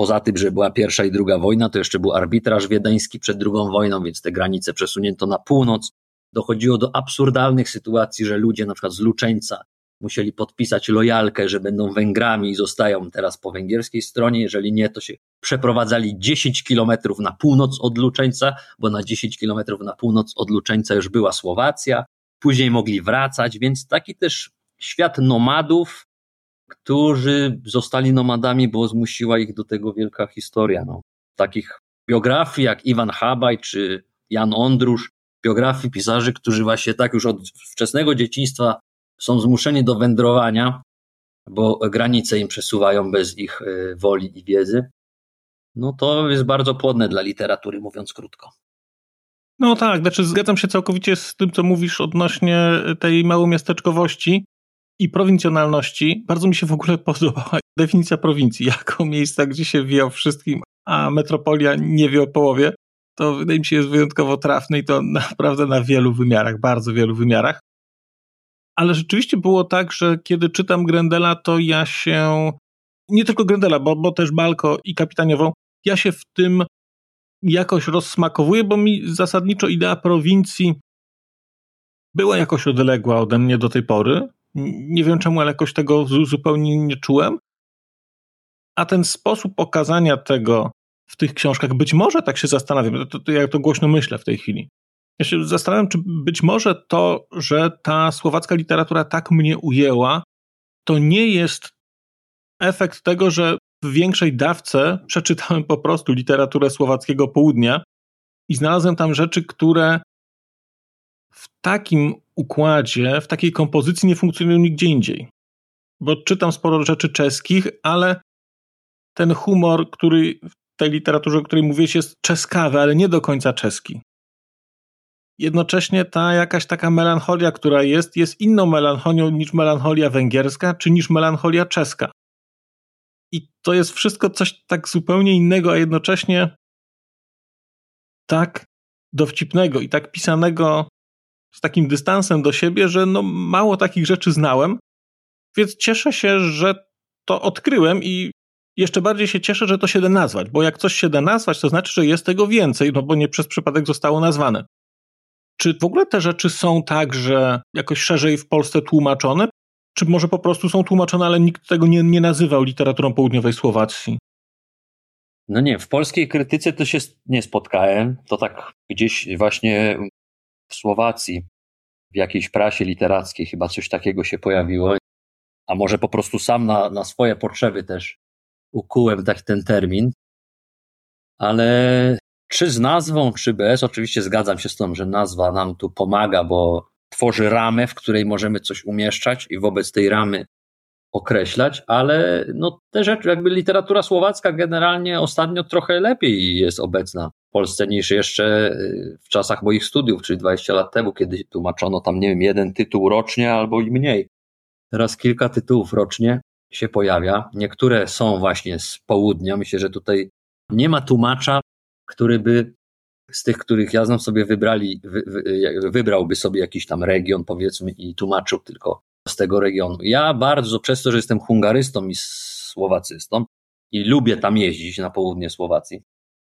poza tym, że była pierwsza i druga wojna, to jeszcze był arbitraż wiedeński przed drugą wojną, więc te granice przesunięto na północ. Dochodziło do absurdalnych sytuacji, że ludzie na przykład z Luczeńca musieli podpisać lojalkę, że będą Węgrami i zostają teraz po węgierskiej stronie. Jeżeli nie, to się przeprowadzali 10 kilometrów na północ od Luczeńca, bo na 10 kilometrów na północ od Luczeńca już była Słowacja. Później mogli wracać, więc taki też świat nomadów, którzy zostali nomadami, bo zmusiła ich do tego wielka historia. Takich biografii jak Iwan Habaj czy Jan Ondrusz, biografii pisarzy, którzy właśnie tak już od wczesnego dzieciństwa są zmuszeni do wędrowania, bo granice im przesuwają bez ich woli i wiedzy. To jest bardzo płodne dla literatury, mówiąc krótko. No tak, znaczy zgadzam się całkowicie z tym, co mówisz odnośnie tej małomiasteczkowości i prowincjonalności. Bardzo mi się w ogóle podobała definicja prowincji jako miejsca, gdzie się wie o wszystkim, a metropolia nie wie o połowie. To wydaje mi się jest wyjątkowo trafne i to naprawdę na wielu wymiarach, bardzo wielu wymiarach. Ale rzeczywiście było tak, że kiedy czytam Grendela, to ja się, nie tylko Grendela, bo też Balko i Kapitaniową, ja się w tym jakoś rozsmakowuję, bo mi zasadniczo idea prowincji była jakoś odległa ode mnie do tej pory. Nie wiem czemu, ale jakoś tego zupełnie nie czułem. A ten sposób pokazania tego w tych książkach, być może tak się zastanawiam, to ja to głośno myślę w tej chwili. Ja się zastanawiam, czy być może to, że ta słowacka literatura tak mnie ujęła, to nie jest efekt tego, że w większej dawce przeczytałem po prostu literaturę słowackiego południa i znalazłem tam rzeczy, które w takim układzie, w takiej kompozycji nie funkcjonują nigdzie indziej. Bo czytam sporo rzeczy czeskich, ale ten humor, który w tej literaturze, o której mówiłeś, jest czeskawy, ale nie do końca czeski. Jednocześnie ta jakaś taka melancholia, która jest inną melancholią niż melancholia węgierska, czy niż melancholia czeska. I to jest wszystko coś tak zupełnie innego, a jednocześnie tak dowcipnego i tak pisanego z takim dystansem do siebie, że mało takich rzeczy znałem, więc cieszę się, że to odkryłem i jeszcze bardziej się cieszę, że to się da nazwać, bo jak coś się da nazwać, to znaczy, że jest tego więcej, bo nie przez przypadek zostało nazwane. Czy w ogóle te rzeczy są tak, że jakoś szerzej w Polsce tłumaczone? Czy może po prostu są tłumaczone, ale nikt tego nie nazywał literaturą południowej Słowacji? Nie, w polskiej krytyce to się nie spotkałem. To tak gdzieś właśnie w Słowacji, w jakiejś prasie literackiej chyba coś takiego się pojawiło. A może po prostu sam na swoje potrzeby też ukułem ten termin. Ale czy z nazwą, czy bez, oczywiście zgadzam się z tym, że nazwa nam tu pomaga, bo tworzy ramę, w której możemy coś umieszczać i wobec tej ramy określać, ale te rzeczy, jakby literatura słowacka generalnie ostatnio trochę lepiej jest obecna w Polsce niż jeszcze w czasach moich studiów, czyli 20 lat temu, kiedy tłumaczono tam, nie wiem, jeden tytuł rocznie albo i mniej. Teraz kilka tytułów rocznie się pojawia. Niektóre są właśnie z południa. Myślę, że tutaj nie ma tłumacza, który by z tych, których ja znam sobie wybrałby sobie jakiś tam region, powiedzmy, i tłumaczył tylko z tego regionu. Ja bardzo, przez to, że jestem hungarystą i słowacystą i lubię tam jeździć na południe Słowacji,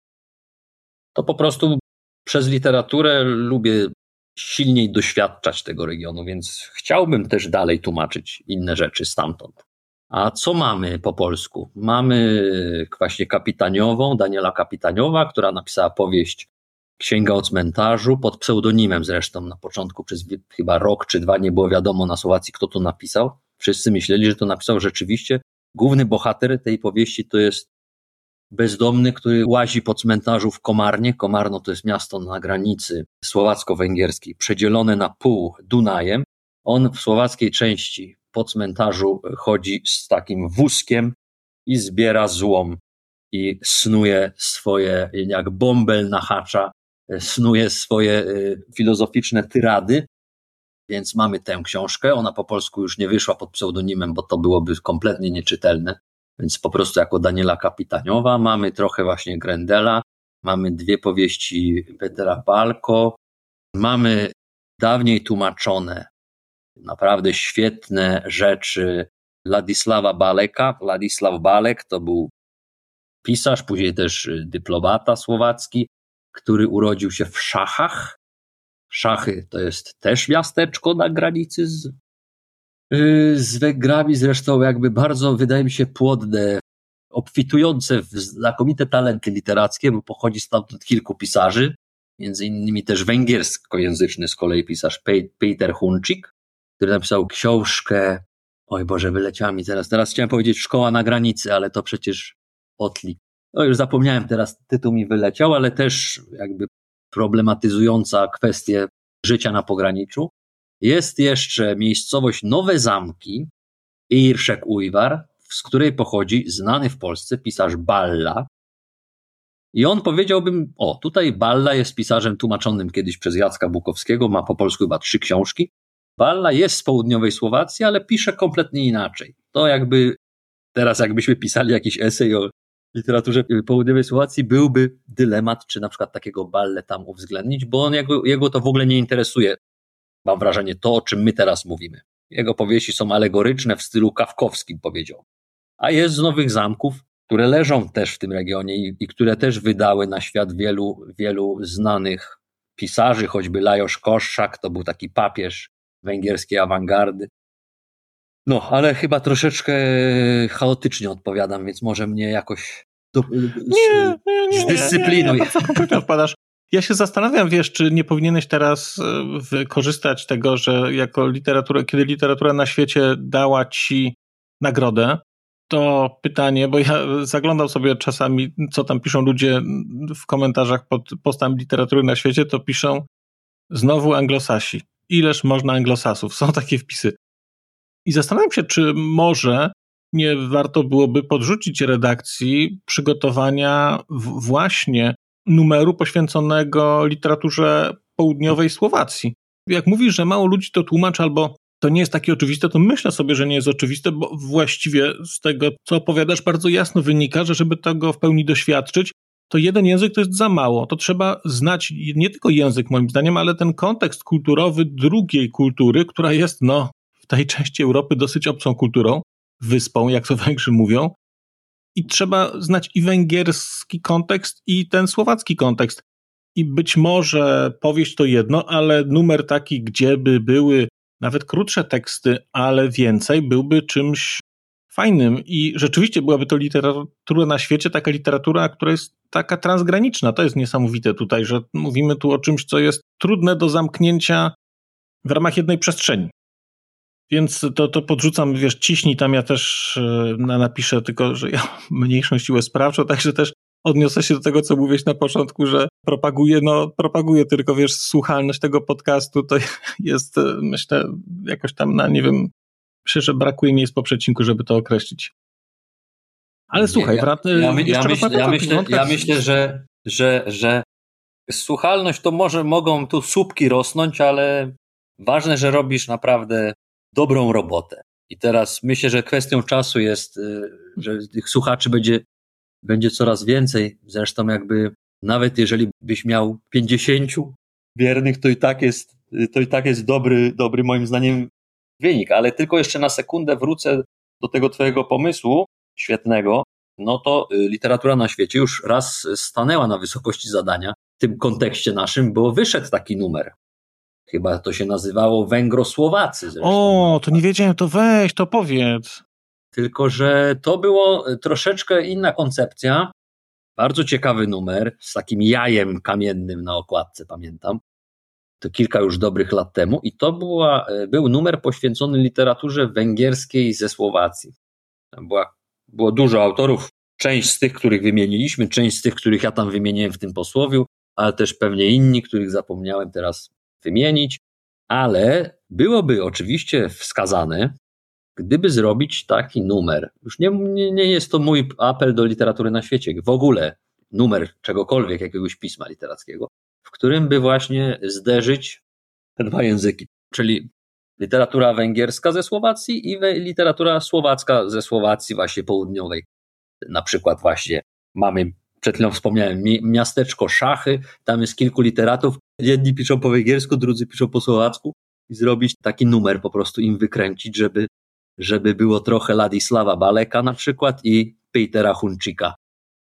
to po prostu przez literaturę lubię silniej doświadczać tego regionu, więc chciałbym też dalej tłumaczyć inne rzeczy stamtąd. A co mamy po polsku? Mamy właśnie Kapitaniową, Daniela Kapitaniowa, która napisała powieść Księga o cmentarzu, pod pseudonimem zresztą. Na początku przez chyba rok czy dwa nie było wiadomo na Słowacji, kto to napisał. Wszyscy myśleli, że to napisał rzeczywiście. Główny bohater tej powieści to jest bezdomny, który łazi po cmentarzu w Komarnie. Komarno to jest miasto na granicy słowacko-węgierskiej, przedzielone na pół Dunajem. On w słowackiej części po cmentarzu chodzi z takim wózkiem i zbiera złom i snuje swoje, jak bąbel na hacza, snuje swoje filozoficzne tyrady. Więc mamy tę książkę. Ona po polsku już nie wyszła pod pseudonimem, bo to byłoby kompletnie nieczytelne. Więc po prostu jako Daniela Kapitaniowa. Mamy trochę właśnie Grendela. Mamy dwie powieści Petra Balko. Mamy dawniej tłumaczone, naprawdę świetne rzeczy Ladisława Baleka. Ladisław Balek to był pisarz, później też dyplomata słowacki, który urodził się w Szachach. Szachy to jest też miasteczko na granicy z Węgrami, zresztą jakby bardzo, wydaje mi się, płodne, obfitujące w znakomite talenty literackie, bo pochodzi stamtąd kilku pisarzy, między innymi też węgierskojęzyczny z kolei pisarz Péter Hunčík, który napisał książkę, oj Boże, wyleciała mi teraz chciałem powiedzieć Szkoła na granicy, ale to przecież Otli. No już zapomniałem, teraz tytuł mi wyleciał, ale też jakby problematyzująca kwestię życia na pograniczu. Jest jeszcze miejscowość Nowe Zamki, Érsek-Újvar, z której pochodzi znany w Polsce pisarz Balla. I on powiedziałbym, tutaj Balla jest pisarzem tłumaczonym kiedyś przez Jacka Bukowskiego, ma po polsku chyba 3 książki. Balla jest z południowej Słowacji, ale pisze kompletnie inaczej. To jakby teraz jakbyśmy pisali jakiś esej o literaturze południowej Słowacji, byłby dylemat, czy na przykład takiego Ballę tam uwzględnić, bo jego to w ogóle nie interesuje, mam wrażenie, to, o czym my teraz mówimy. Jego powieści są alegoryczne w stylu kafkowskim, powiedział. A jest z Nowych Zamków, które leżą też w tym regionie i które też wydały na świat wielu znanych pisarzy, choćby Lajos Kossak, to był taki papież węgierskiej awangardy. No, ale chyba troszeczkę chaotycznie odpowiadam, więc może mnie jakoś zdyscyplinuj. Nie, wpadasz. Ja się zastanawiam, czy nie powinieneś teraz wykorzystać tego, że kiedy literatura na świecie dała ci nagrodę, to pytanie, bo ja zaglądam sobie czasami, co tam piszą ludzie w komentarzach pod postami literatury na świecie, to piszą znowu anglosasi. Ileż można anglosasów? Są takie wpisy. I zastanawiam się, czy może nie warto byłoby podrzucić redakcji przygotowania właśnie numeru poświęconego literaturze południowej Słowacji. Jak mówisz, że mało ludzi to tłumaczy albo to nie jest takie oczywiste, to myślę sobie, że nie jest oczywiste, bo właściwie z tego, co opowiadasz, bardzo jasno wynika, że żeby tego w pełni doświadczyć, to jeden język to jest za mało. To trzeba znać nie tylko język moim zdaniem, ale ten kontekst kulturowy drugiej kultury, która jest w tej części Europy dosyć obcą kulturą, wyspą, jak to Węgrzy mówią. I trzeba znać i węgierski kontekst, i ten słowacki kontekst. I być może powieść to jedno, ale numer taki, gdzie by były nawet krótsze teksty, ale więcej, byłby czymś fajnym. I rzeczywiście byłaby to literatura na świecie, taka literatura, która jest taka transgraniczna. To jest niesamowite tutaj, że mówimy tu o czymś, co jest trudne do zamknięcia w ramach jednej przestrzeni. Więc to podrzucam, ciśnij tam, ja też napiszę, tylko że ja mam mniejszą siłę sprawczą, także też odniosę się do tego, co mówiłeś na początku, że propaguję tylko, słuchalność tego podcastu to jest, myślę, jakoś tam myślę, że brakuje miejsc po przecinku, żeby to określić. Ale słuchaj, ja myślę, że słuchalność to mogą tu słupki rosnąć, ale ważne, że robisz naprawdę dobrą robotę. I teraz myślę, że kwestią czasu jest, że tych słuchaczy będzie coraz więcej. Zresztą nawet jeżeli byś miał 50 wiernych, to i tak jest dobry moim zdaniem wynik. Ale tylko jeszcze na sekundę wrócę do tego twojego pomysłu świetnego. No to literatura na świecie już raz stanęła na wysokości zadania w tym kontekście naszym, bo wyszedł taki numer. Chyba to się nazywało Węgrosłowacy zresztą. To nie wiedziałem, to weź, to powiedz. Tylko że to było troszeczkę inna koncepcja. Bardzo ciekawy numer z takim jajem kamiennym na okładce, pamiętam. To kilka już dobrych lat temu. I to był numer poświęcony literaturze węgierskiej ze Słowacji. Tam było dużo autorów. Część z tych, których wymieniliśmy, część z tych, których ja tam wymieniłem w tym posłowiu, ale też pewnie inni, których zapomniałem teraz wymienić. Ale byłoby oczywiście wskazane, gdyby zrobić taki numer, już nie jest to mój apel do literatury na świecie, w ogóle numer czegokolwiek, jakiegoś pisma literackiego, w którym by właśnie zderzyć te dwa języki, czyli literatura węgierska ze Słowacji i literatura słowacka ze Słowacji właśnie południowej. Na przykład właśnie mamy, przed chwilą wspomniałem, miasteczko Szachy, tam jest kilku literatów, jedni piszą po węgiersku, drudzy piszą po słowacku i zrobić taki numer, po prostu im wykręcić, żeby było trochę Ladisława Baleka na przykład i Pétera Hunčíka,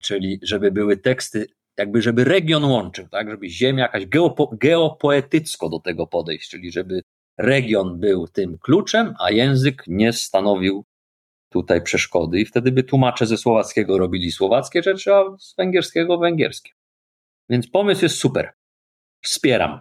czyli żeby były teksty, jakby żeby region łączył, tak, żeby ziemia jakaś geopoetycko do tego podejść, czyli żeby region był tym kluczem, a język nie stanowił tutaj przeszkody i wtedy by tłumacze ze słowackiego robili słowackie rzeczy, a z węgierskiego węgierskie. Więc pomysł jest super. Wspieram.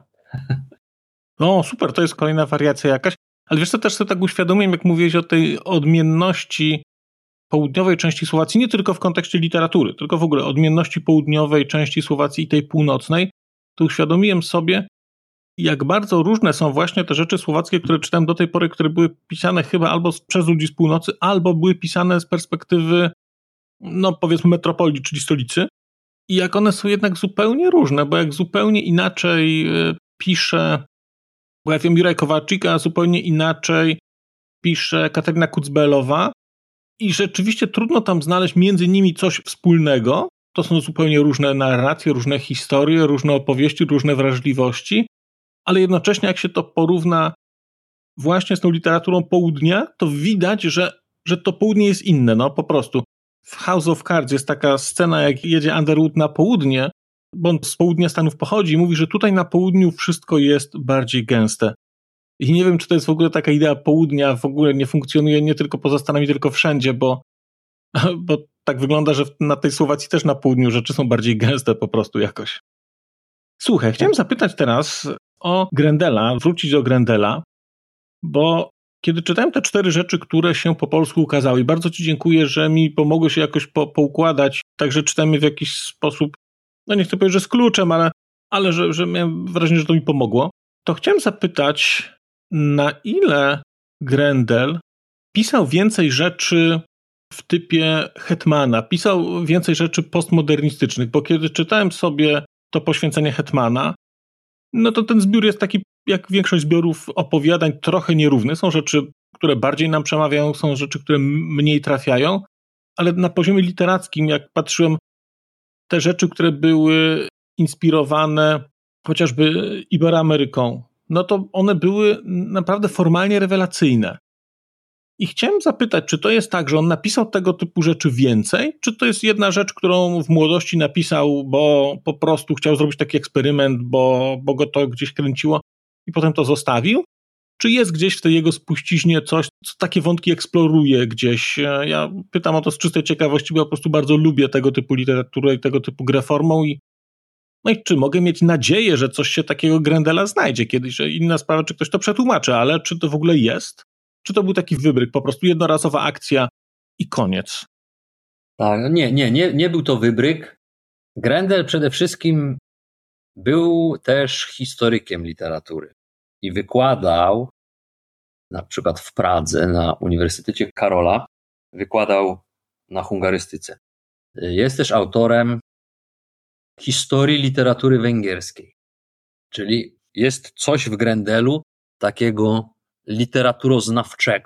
No super, to jest kolejna wariacja jakaś, ale wiesz co, też sobie tak uświadomiłem, jak mówiłeś o tej odmienności południowej części Słowacji, nie tylko w kontekście literatury, tylko w ogóle odmienności południowej części Słowacji i tej północnej, to uświadomiłem sobie, jak bardzo różne są właśnie te rzeczy słowackie, które czytałem do tej pory, które były pisane chyba albo przez ludzi z północy, albo były pisane z perspektywy, no powiedzmy metropolii, czyli stolicy. I jak one są jednak zupełnie różne, bo jak zupełnie inaczej pisze, bo ja wiem, Juraj Kowaczyk, a zupełnie inaczej pisze Katarzyna Kucbelowa i rzeczywiście trudno tam znaleźć między nimi coś wspólnego. To są zupełnie różne narracje, różne historie, różne opowieści, różne wrażliwości, ale jednocześnie jak się to porówna właśnie z tą literaturą południa, to widać, że to południe jest inne, no po prostu. W House of Cards jest taka scena, jak jedzie Underwood na południe, bo on z południa Stanów pochodzi i mówi, że tutaj na południu wszystko jest bardziej gęste. I nie wiem, czy to jest w ogóle taka idea południa, w ogóle nie funkcjonuje nie tylko poza Stanami, tylko wszędzie, bo tak wygląda, że na tej Słowacji też na południu rzeczy są bardziej gęste po prostu jakoś. Słuchaj, chciałem zapytać teraz o Grendela, wrócić do Grendela, bo kiedy czytałem te 4 rzeczy, które się po polsku ukazały i bardzo Ci dziękuję, że mi pomogło się jakoś poukładać, także czytamy w jakiś sposób, no nie chcę powiedzieć, że z kluczem, ale że miałem wrażenie, że to mi pomogło, to chciałem zapytać, na ile Grendel pisał więcej rzeczy w typie Hetmana, pisał więcej rzeczy postmodernistycznych, bo kiedy czytałem sobie to poświęcenie Hetmana, no to ten zbiór jest taki, jak większość zbiorów opowiadań, trochę nierówny. Są rzeczy, które bardziej nam przemawiają, są rzeczy, które mniej trafiają, ale na poziomie literackim, jak patrzyłem, te rzeczy, które były inspirowane chociażby Iberoameryką, no to one były naprawdę formalnie rewelacyjne. I chciałem zapytać, czy to jest tak, że on napisał tego typu rzeczy więcej, czy to jest jedna rzecz, którą w młodości napisał, bo po prostu chciał zrobić taki eksperyment, bo go to gdzieś kręciło i potem to zostawił? Czy jest gdzieś w tej jego spuściźnie coś, co takie wątki eksploruje gdzieś? Ja pytam o to z czystej ciekawości, bo ja po prostu bardzo lubię tego typu literaturę i tego typu grę formą no i czy mogę mieć nadzieję, że coś się takiego Grendela znajdzie kiedyś, że inna sprawa, czy ktoś to przetłumaczy, ale czy to w ogóle jest? Czy to był taki wybryk, po prostu jednorazowa akcja i koniec? Tak, nie był to wybryk. Grendel przede wszystkim był też historykiem literatury i wykładał na przykład w Pradze na Uniwersytecie Karola, wykładał na hungarystyce. Jest też autorem historii literatury węgierskiej, czyli jest coś w Grendelu takiego literaturoznawczego.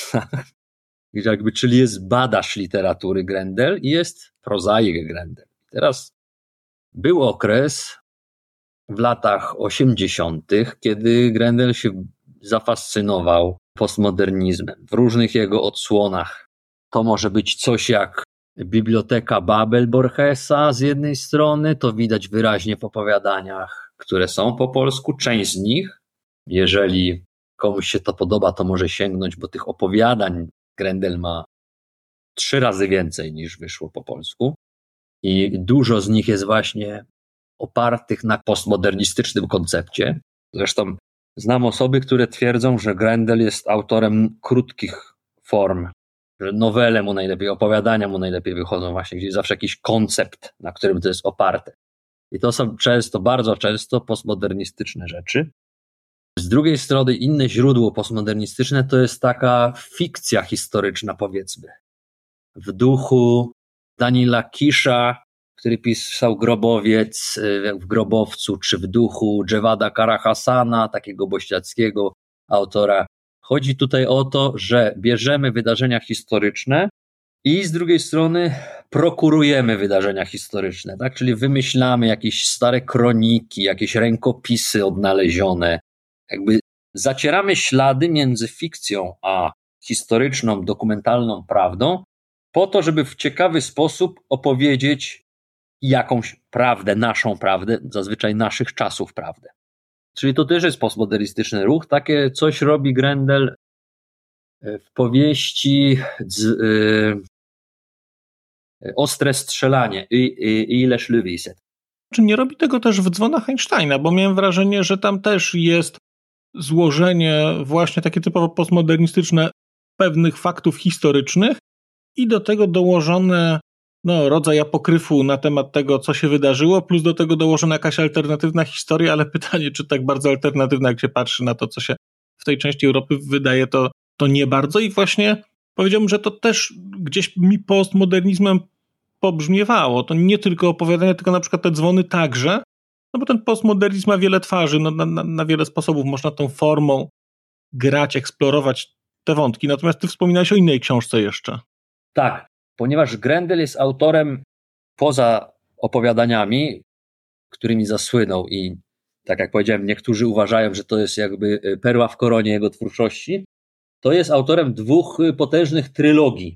Czyli jest badacz literatury Grendel i jest prozaik Grendel. Teraz był okres w latach 80., kiedy Grendel się zafascynował postmodernizmem w różnych jego odsłonach. To może być coś jak Biblioteka Babel Borgesa z jednej strony, to widać wyraźnie w opowiadaniach, które są po polsku. Część z nich, jeżeli komuś się to podoba, to może sięgnąć, bo tych opowiadań Grendel ma 3 razy więcej niż wyszło po polsku i dużo z nich jest właśnie opartych na postmodernistycznym koncepcie. Zresztą znam osoby, które twierdzą, że Grendel jest autorem krótkich form, że nowele mu najlepiej, opowiadania mu najlepiej wychodzą właśnie, gdzie jest zawsze jakiś koncept, na którym to jest oparte. I to są bardzo często postmodernistyczne rzeczy. Z drugiej strony inne źródło postmodernistyczne to jest taka fikcja historyczna, powiedzmy. W duchu Daniela Kisza, który pisał Grobowiec w Grobowcu, czy w duchu Dżewada Kara-Hasana, takiego bośniackiego autora. Chodzi tutaj o to, że bierzemy wydarzenia historyczne i z drugiej strony prokurujemy wydarzenia historyczne, tak? Czyli wymyślamy jakieś stare kroniki, jakieś rękopisy odnalezione. Jakby zacieramy ślady między fikcją a historyczną, dokumentalną prawdą po to, żeby w ciekawy sposób opowiedzieć jakąś prawdę, naszą prawdę, zazwyczaj naszych czasów prawdę. Czyli to też jest postmodernistyczny ruch. Takie coś robi Grendel w powieści Ostre strzelanie Ile Schlüwiset. Czy nie robi tego też w Dzwonach Einsteina? Bo miałem wrażenie, że tam też jest złożenie właśnie takie typowo postmodernistyczne pewnych faktów historycznych i do tego dołożone rodzaj apokryfu na temat tego, co się wydarzyło, plus do tego dołożona jakaś alternatywna historia, ale pytanie, czy tak bardzo alternatywna, jak się patrzy na to, co się w tej części Europy wydaje, to nie bardzo i właśnie powiedziałbym, że to też gdzieś mi postmodernizmem pobrzmiewało. To nie tylko opowiadanie, tylko na przykład te dzwony także, bo ten postmodernizm ma wiele twarzy, na wiele sposobów można tą formą grać, eksplorować te wątki. Natomiast ty wspominałeś o innej książce jeszcze. Tak, ponieważ Grendel jest autorem poza opowiadaniami, którymi zasłynął i tak jak powiedziałem, niektórzy uważają, że to jest jakby perła w koronie jego twórczości, to jest autorem 2 potężnych trylogii.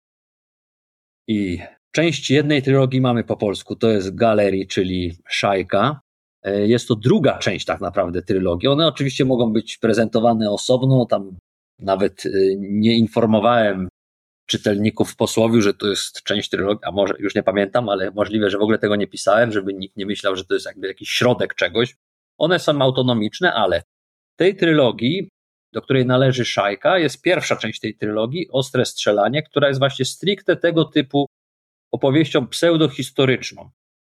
I część jednej trylogii mamy po polsku, to jest Galerii, czyli Szajka. Jest to druga część tak naprawdę trylogii. One oczywiście mogą być prezentowane osobno, tam nawet nie informowałem czytelników w posłowiu, że to jest część trylogii, a może już nie pamiętam, ale możliwe, że w ogóle tego nie pisałem, żeby nikt nie myślał, że to jest jakby jakiś środek czegoś. One są autonomiczne, ale w tej trylogii, do której należy Szajka, jest pierwsza część tej trylogii, Ostre strzelanie, która jest właśnie stricte tego typu opowieścią pseudohistoryczną,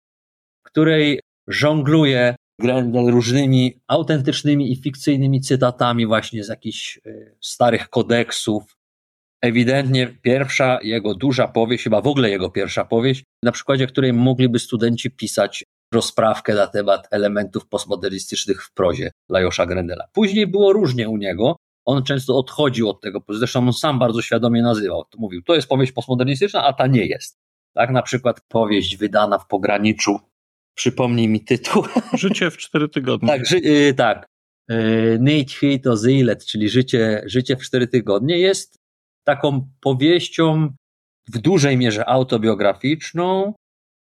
w której żongluje Grendel różnymi autentycznymi i fikcyjnymi cytatami właśnie z jakichś starych kodeksów. Ewidentnie pierwsza jego duża powieść, chyba w ogóle jego pierwsza powieść, na przykładzie której mogliby studenci pisać rozprawkę na temat elementów postmodernistycznych w prozie Lajosza Grendela. Później było różnie u niego, on często odchodził od tego, zresztą on sam bardzo świadomie nazywał, to mówił, to jest powieść postmodernistyczna, a ta nie jest. Tak, na przykład powieść wydana w pograniczu, przypomnij mi tytuł. Życie w 4 tygodnie. Tak, tak. Nicht to Zilet, czyli życie w 4 tygodnie jest taką powieścią w dużej mierze autobiograficzną,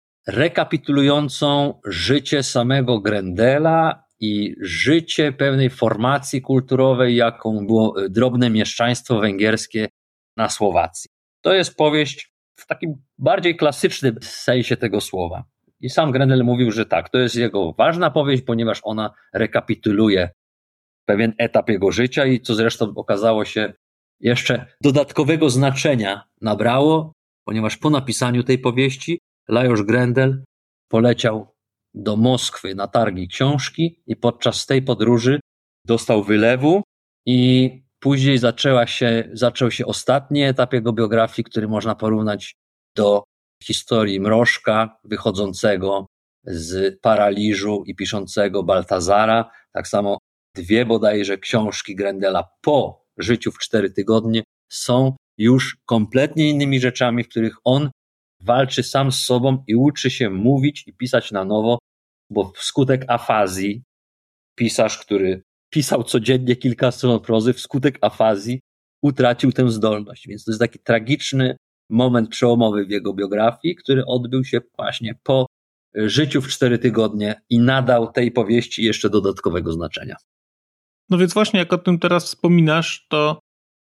rekapitulującą życie samego Grendela i życie pewnej formacji kulturowej, jaką było drobne mieszczaństwo węgierskie na Słowacji. To jest powieść w takim bardziej klasycznym sensie tego słowa. I sam Grendel mówił, że tak, to jest jego ważna powieść, ponieważ ona rekapituluje pewien etap jego życia i co zresztą okazało się jeszcze dodatkowego znaczenia nabrało, ponieważ po napisaniu tej powieści Lajos Grendel poleciał do Moskwy na targi książki i podczas tej podróży dostał wylewu i później zaczął się ostatni etap jego biografii, który można porównać do historii Mrożka wychodzącego z paraliżu i piszącego Baltazara. Tak samo 2 bodajże książki Grendela po życiu w 4 tygodnie są już kompletnie innymi rzeczami, w których on walczy sam z sobą i uczy się mówić i pisać na nowo, bo wskutek afazji pisarz, który pisał codziennie kilka stron prozy, wskutek afazji utracił tę zdolność. Więc to jest taki tragiczny moment przełomowy w jego biografii, który odbył się właśnie po życiu w 4 tygodnie i nadał tej powieści jeszcze dodatkowego znaczenia. No więc właśnie jak o tym teraz wspominasz, to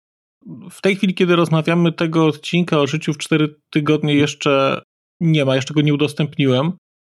w tej chwili, kiedy rozmawiamy, tego odcinka o życiu w 4 tygodnie jeszcze nie ma, jeszcze go nie udostępniłem,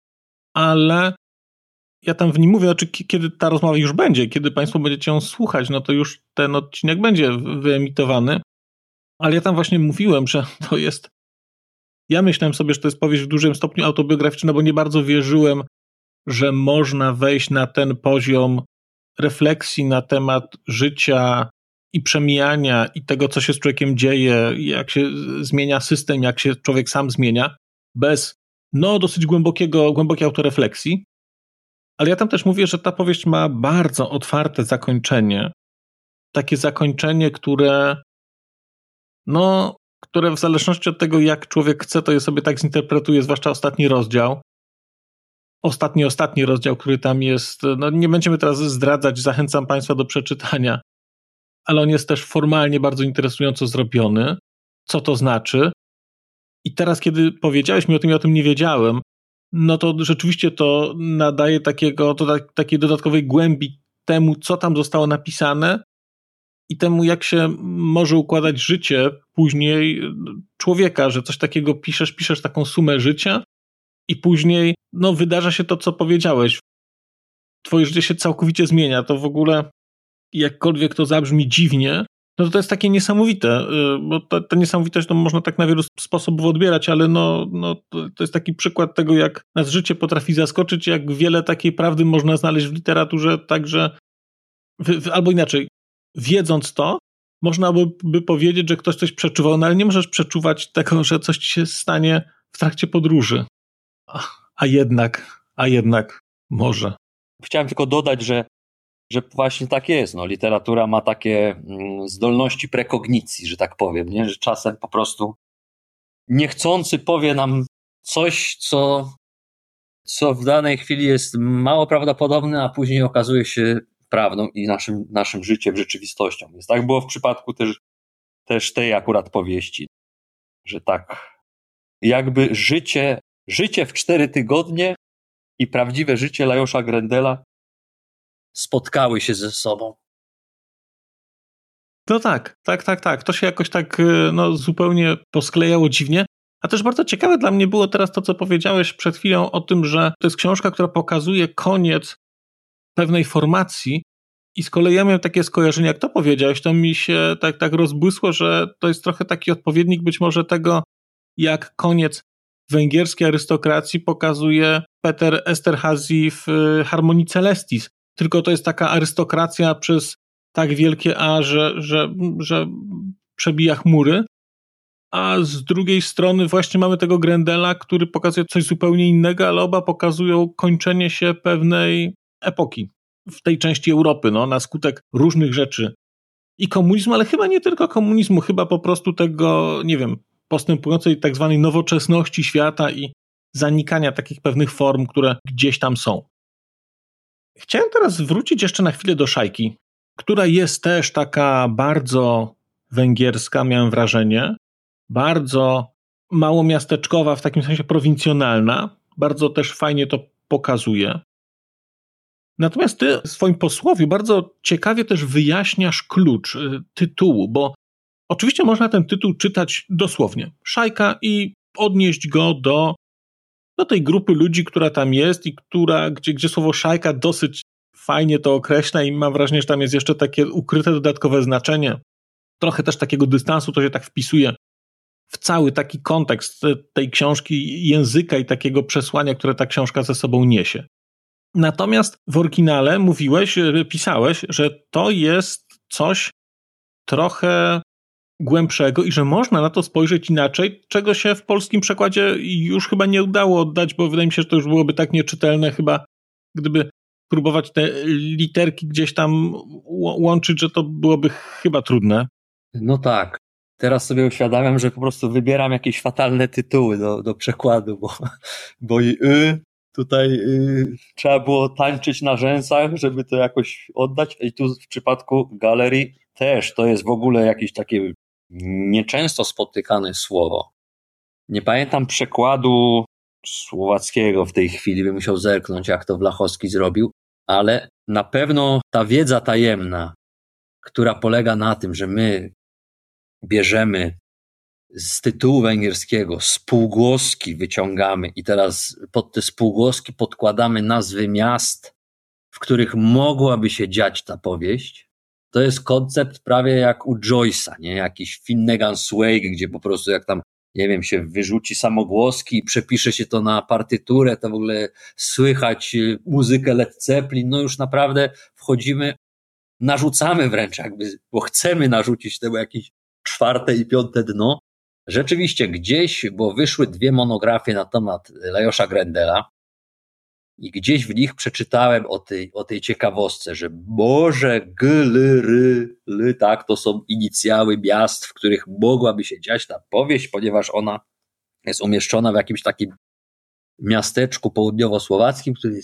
ale ja tam w nim mówię, znaczy kiedy ta rozmowa już będzie, kiedy Państwo będziecie ją słuchać, no to już ten odcinek będzie wyemitowany, ale ja tam właśnie mówiłem, że to jest, ja myślałem sobie, że to jest powieść w dużym stopniu autobiograficzna, bo nie bardzo wierzyłem, że można wejść na ten poziom refleksji na temat życia i przemijania i tego, co się z człowiekiem dzieje, jak się zmienia system, jak się człowiek sam zmienia, bez dosyć głębokiej autorefleksji. Ale ja tam też mówię, że ta powieść ma bardzo otwarte zakończenie. Takie zakończenie, które w zależności od tego, jak człowiek chce, to je sobie tak zinterpretuje, zwłaszcza ostatni rozdział. Ostatni rozdział, który tam jest, nie będziemy teraz zdradzać, zachęcam Państwa do przeczytania, ale on jest też formalnie bardzo interesująco zrobiony. Co to znaczy? I teraz, kiedy powiedziałeś mi o tym, ja o tym nie wiedziałem, no to rzeczywiście to nadaje takiej dodatkowej głębi temu, co tam zostało napisane i temu, jak się może układać życie później człowieka, że coś takiego piszesz taką sumę życia i później wydarza się to, co powiedziałeś. Twoje życie się całkowicie zmienia. To w ogóle, jakkolwiek to zabrzmi dziwnie, no to jest takie niesamowite, bo ta niesamowitość można tak na wielu sposobów odbierać, ale to jest taki przykład tego, jak nas życie potrafi zaskoczyć, jak wiele takiej prawdy można znaleźć w literaturze, także albo inaczej, wiedząc to, można by powiedzieć, że ktoś coś przeczuwał, no ale nie możesz przeczuwać tego, że coś ci się stanie w trakcie podróży. A jednak może. Chciałem tylko dodać, że właśnie tak jest. Literatura ma takie zdolności prekognicji, że tak powiem, nie? Że czasem po prostu niechcący powie nam coś, co w danej chwili jest mało prawdopodobne, a później okazuje się prawdą i naszym życiem, rzeczywistością. Więc tak było w przypadku też tej akurat powieści, że tak jakby życie w 4 tygodnie i prawdziwe życie Lajosza Grendela spotkały się ze sobą. No tak. To się jakoś tak zupełnie posklejało dziwnie. A też bardzo ciekawe dla mnie było teraz to, co powiedziałeś przed chwilą o tym, że to jest książka, która pokazuje koniec pewnej formacji i z kolei ja miałem takie skojarzenie, jak to powiedziałeś, to mi się tak rozbłysło, że to jest trochę taki odpowiednik być może tego, jak koniec węgierskiej arystokracji pokazuje Peter Esterházy w Harmonii Celestis. Tylko to jest taka arystokracja przez tak wielkie A, że przebija chmury. A z drugiej strony właśnie mamy tego Grendela, który pokazuje coś zupełnie innego, ale oba pokazują kończenie się pewnej epoki w tej części Europy, na skutek różnych rzeczy. I komunizmu, ale chyba nie tylko komunizmu, chyba po prostu tego, nie wiem, postępującej tak zwanej nowoczesności świata i zanikania takich pewnych form, które gdzieś tam są. Chciałem teraz wrócić jeszcze na chwilę do Szajki, która jest też taka bardzo węgierska, miałem wrażenie, bardzo małomiasteczkowa, w takim sensie prowincjonalna, bardzo też fajnie to pokazuje. Natomiast ty w swoim posłowiu bardzo ciekawie też wyjaśniasz klucz tytułu, bo oczywiście można ten tytuł czytać dosłownie. Szajka i odnieść go do tej grupy ludzi, która tam jest i gdzie słowo szajka dosyć fajnie to określa i mam wrażenie, że tam jest jeszcze takie ukryte dodatkowe znaczenie. Trochę też takiego dystansu to się tak wpisuje w cały taki kontekst tej książki, języka i takiego przesłania, które ta książka ze sobą niesie. Natomiast w oryginale pisałeś, że to jest coś trochę głębszego i że można na to spojrzeć inaczej, czego się w polskim przekładzie już chyba nie udało oddać, bo wydaje mi się, że to już byłoby tak nieczytelne chyba, gdyby próbować te literki gdzieś tam łączyć, że to byłoby chyba trudne. No tak. Teraz sobie uświadamiam, że po prostu wybieram jakieś fatalne tytuły do przekładu, bo tutaj trzeba było tańczyć na rzęsach, żeby to jakoś oddać. I tu w przypadku galerii też to jest w ogóle jakieś takie nieczęsto spotykane słowo. Nie pamiętam przekładu słowackiego w tej chwili, bym musiał zerknąć, jak to Blachowski zrobił, ale na pewno ta wiedza tajemna, która polega na tym, że my bierzemy z tytułu węgierskiego spółgłoski, wyciągamy i teraz pod te spółgłoski podkładamy nazwy miast, w których mogłaby się dziać ta powieść. To jest koncept prawie jak u Joyce'a, nie? Jakiś Finnegan's Wake, gdzie po prostu jak tam, nie wiem, się wyrzuci samogłoski i przepisze się to na partyturę, to w ogóle słychać muzykę Led Zeppelin, no już naprawdę wchodzimy, narzucamy wręcz jakby, bo chcemy narzucić temu jakieś 4. i 5. dno. Rzeczywiście gdzieś, bo wyszły 2 monografie na temat Lajosza Grendela i gdzieś w nich przeczytałem o tej ciekawostce, że Boże, tak, to są inicjały miast, w których mogłaby się dziać ta powieść, ponieważ ona jest umieszczona w jakimś takim miasteczku południowo-słowackim, które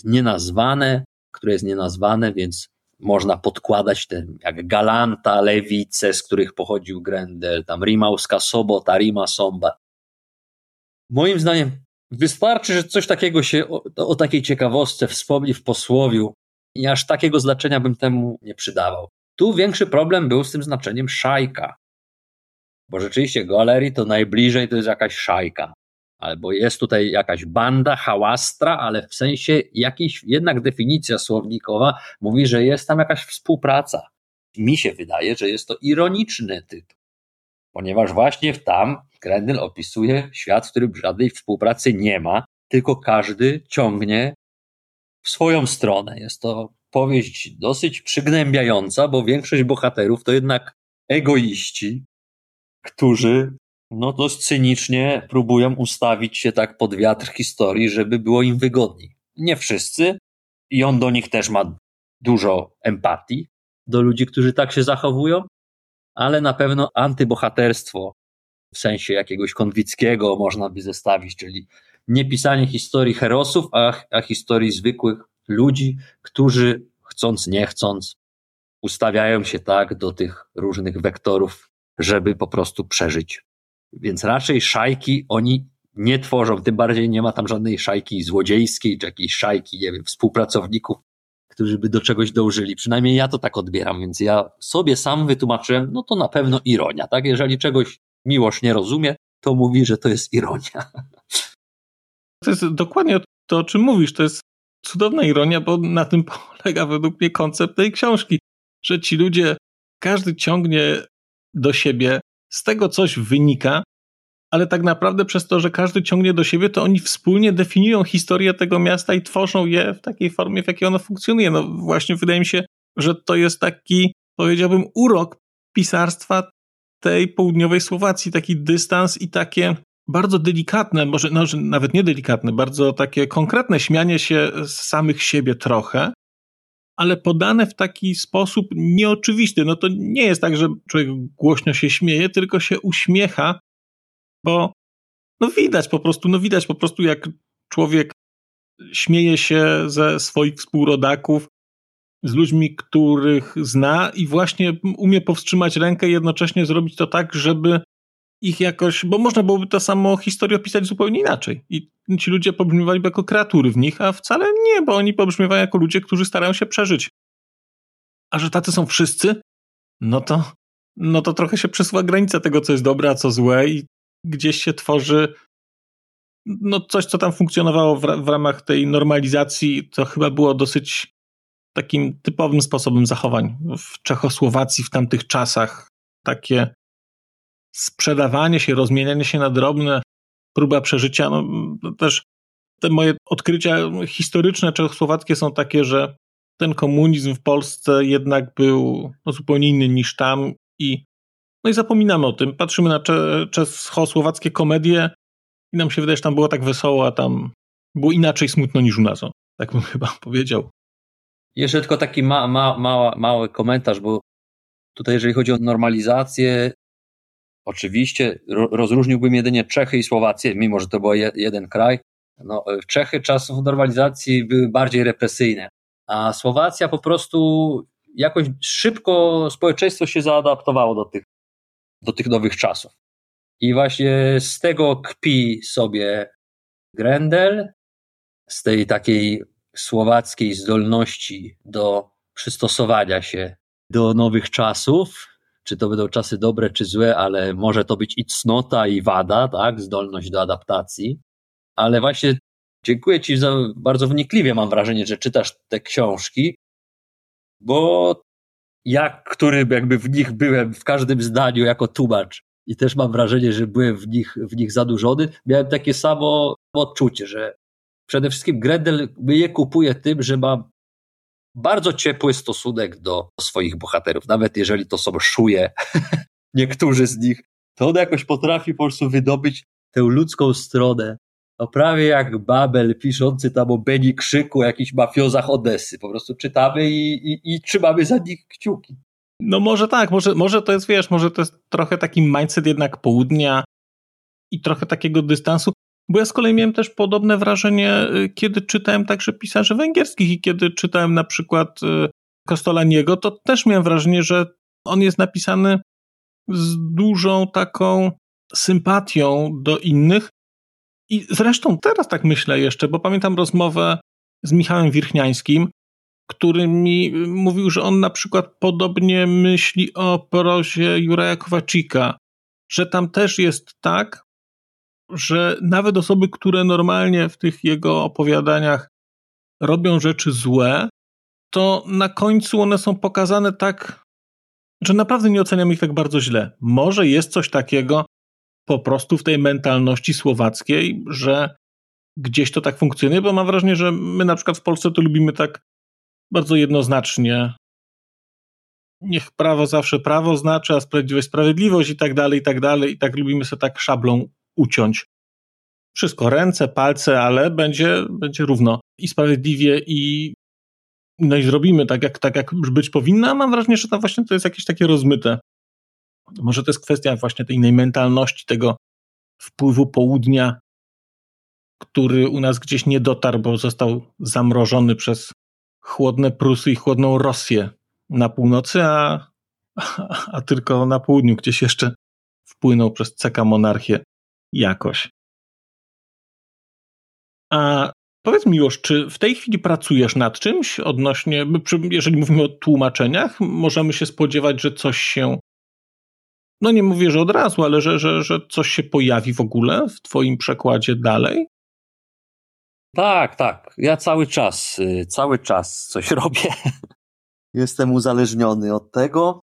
jest nienazwane, więc można podkładać te jak Galanta, Lewice, z których pochodził Grendel, tam Rimauska Sobota, Rima Sombat. Moim zdaniem Wystarczy, że coś takiego się o takiej ciekawostce wspomni w posłowiu i aż takiego znaczenia bym temu nie przydawał. Tu większy problem był z tym znaczeniem szajka, bo rzeczywiście galerii to najbliżej to jest jakaś szajka, albo jest tutaj jakaś banda, hałastra, ale w sensie jakiś, jednak definicja słownikowa mówi, że jest tam jakaś współpraca. Mi się wydaje, że jest to ironiczny tytuł, ponieważ właśnie tam Grendel opisuje świat, w którym żadnej współpracy nie ma, tylko każdy ciągnie w swoją stronę. Jest to powieść dosyć przygnębiająca, bo większość bohaterów to jednak egoiści, którzy dość cynicznie próbują ustawić się tak pod wiatr historii, żeby było im wygodniej. Nie wszyscy i on do nich też ma dużo empatii, do ludzi, którzy tak się zachowują, ale na pewno antybohaterstwo w sensie jakiegoś Konwickiego można by zestawić, czyli nie pisanie historii herosów, a historii zwykłych ludzi, którzy chcąc nie chcąc ustawiają się tak do tych różnych wektorów, żeby po prostu przeżyć. Więc raczej szajki oni nie tworzą, tym bardziej nie ma tam żadnej szajki złodziejskiej, czy jakiejś szajki, nie wiem, współpracowników, którzy by do czegoś dążyli. Przynajmniej ja to tak odbieram, więc ja sobie sam wytłumaczyłem, to na pewno ironia, tak? Jeżeli czegoś Miłosz nie rozumie, to mówi, że to jest ironia. To jest dokładnie to, o czym mówisz. To jest cudowna ironia, bo na tym polega według mnie koncept tej książki, że ci ludzie, każdy ciągnie do siebie, z tego coś wynika, ale tak naprawdę przez to, że każdy ciągnie do siebie, to oni wspólnie definiują historię tego miasta i tworzą je w takiej formie, w jakiej ono funkcjonuje. Właśnie wydaje mi się, że to jest taki, powiedziałbym, urok pisarstwa tej południowej Słowacji, taki dystans i takie bardzo delikatne, może nawet nie delikatne, bardzo takie konkretne śmianie się z samych siebie trochę, ale podane w taki sposób nieoczywisty. To nie jest tak, że człowiek głośno się śmieje, tylko się uśmiecha, bo widać po prostu jak człowiek śmieje się ze swoich współrodaków, z ludźmi, których zna i właśnie umie powstrzymać rękę i jednocześnie zrobić to tak, żeby ich jakoś, bo można byłoby to samo historię opisać zupełnie inaczej. I ci ludzie pobrzmiewaliby jako kreatury w nich, a wcale nie, bo oni pobrzmiewają jako ludzie, którzy starają się przeżyć. A że tacy są wszyscy, to trochę się przesuwa granica tego, co jest dobre, a co złe i gdzieś się tworzy coś, co tam funkcjonowało w ramach tej normalizacji, to chyba było dosyć takim typowym sposobem zachowań w Czechosłowacji w tamtych czasach. Takie sprzedawanie się, rozmienianie się na drobne, próba przeżycia. Też te moje odkrycia historyczne czechosłowackie są takie, że ten komunizm w Polsce jednak był zupełnie inny niż tam i zapominamy o tym. Patrzymy na czechosłowackie komedie i nam się wydaje, że tam było tak wesoło, a tam było inaczej smutno niż u nas. Tak bym chyba powiedział. Jeszcze tylko taki mały komentarz, bo tutaj jeżeli chodzi o normalizację, oczywiście rozróżniłbym jedynie Czechy i Słowację, mimo że to był jeden kraj. Czechy czasów normalizacji były bardziej represyjne, a Słowacja po prostu jakoś szybko społeczeństwo się zaadaptowało do tych nowych czasów. I właśnie z tego kpi sobie Grendel, z tej takiej słowackiej zdolności do przystosowania się do nowych czasów, czy to będą czasy dobre, czy złe, ale może to być i cnota, i wada, tak, zdolność do adaptacji. Ale właśnie dziękuję Ci za bardzo wnikliwie, mam wrażenie, że czytasz te książki, bo ja, który jakby w nich byłem w każdym zdaniu jako tłumacz i też mam wrażenie, że byłem w nich zanurzony, miałem takie samo odczucie, że przede wszystkim Grendel je kupuje tym, że ma bardzo ciepły stosunek do swoich bohaterów. Nawet jeżeli to są szuje, niektórzy z nich, to on jakoś potrafi po prostu wydobyć tę ludzką stronę. Prawie jak Babel piszący tam o Beni Krzyku, o jakichś mafiozach Odessy. Po prostu czytamy i trzymamy za nich kciuki. Może tak, może to jest, może to jest trochę taki mindset jednak południa i trochę takiego dystansu. Bo ja z kolei miałem też podobne wrażenie, kiedy czytałem także pisarzy węgierskich i kiedy czytałem na przykład Kostolaniego, to też miałem wrażenie, że on jest napisany z dużą taką sympatią do innych, I zresztą teraz tak myślę jeszcze, bo pamiętam rozmowę z Michałem Wirchniańskim, który mi mówił, że on na przykład podobnie myśli o prozie Juraja Kowaczyka, że tam też jest tak, że nawet osoby, które normalnie w tych jego opowiadaniach robią rzeczy złe, to na końcu one są pokazane tak, że naprawdę nie oceniam ich tak bardzo źle. Może jest coś takiego po prostu w tej mentalności słowackiej, że gdzieś to tak funkcjonuje, bo mam wrażenie, że my na przykład w Polsce to lubimy tak bardzo jednoznacznie. Niech prawo zawsze prawo znaczy, a sprawiedliwość sprawiedliwość i tak dalej, i tak dalej. I tak lubimy sobie tak szablą uciąć. Wszystko, ręce, palce, ale będzie równo i sprawiedliwie no i zrobimy tak jak być powinno, a mam wrażenie, że tam właśnie to jest jakieś takie rozmyte. Może to jest kwestia właśnie tej innej mentalności, tego wpływu południa, który u nas gdzieś nie dotarł, bo został zamrożony przez chłodne Prusy i chłodną Rosję na północy, a tylko na południu gdzieś jeszcze wpłynął przez CK Monarchię jakoś. A powiedz mi już, czy w tej chwili pracujesz nad czymś odnośnie, jeżeli mówimy o tłumaczeniach, możemy się spodziewać, że coś się, no nie mówię, że od razu, ale że coś się pojawi w ogóle w twoim przekładzie dalej? Tak. Ja cały czas coś robię. Jestem uzależniony od tego.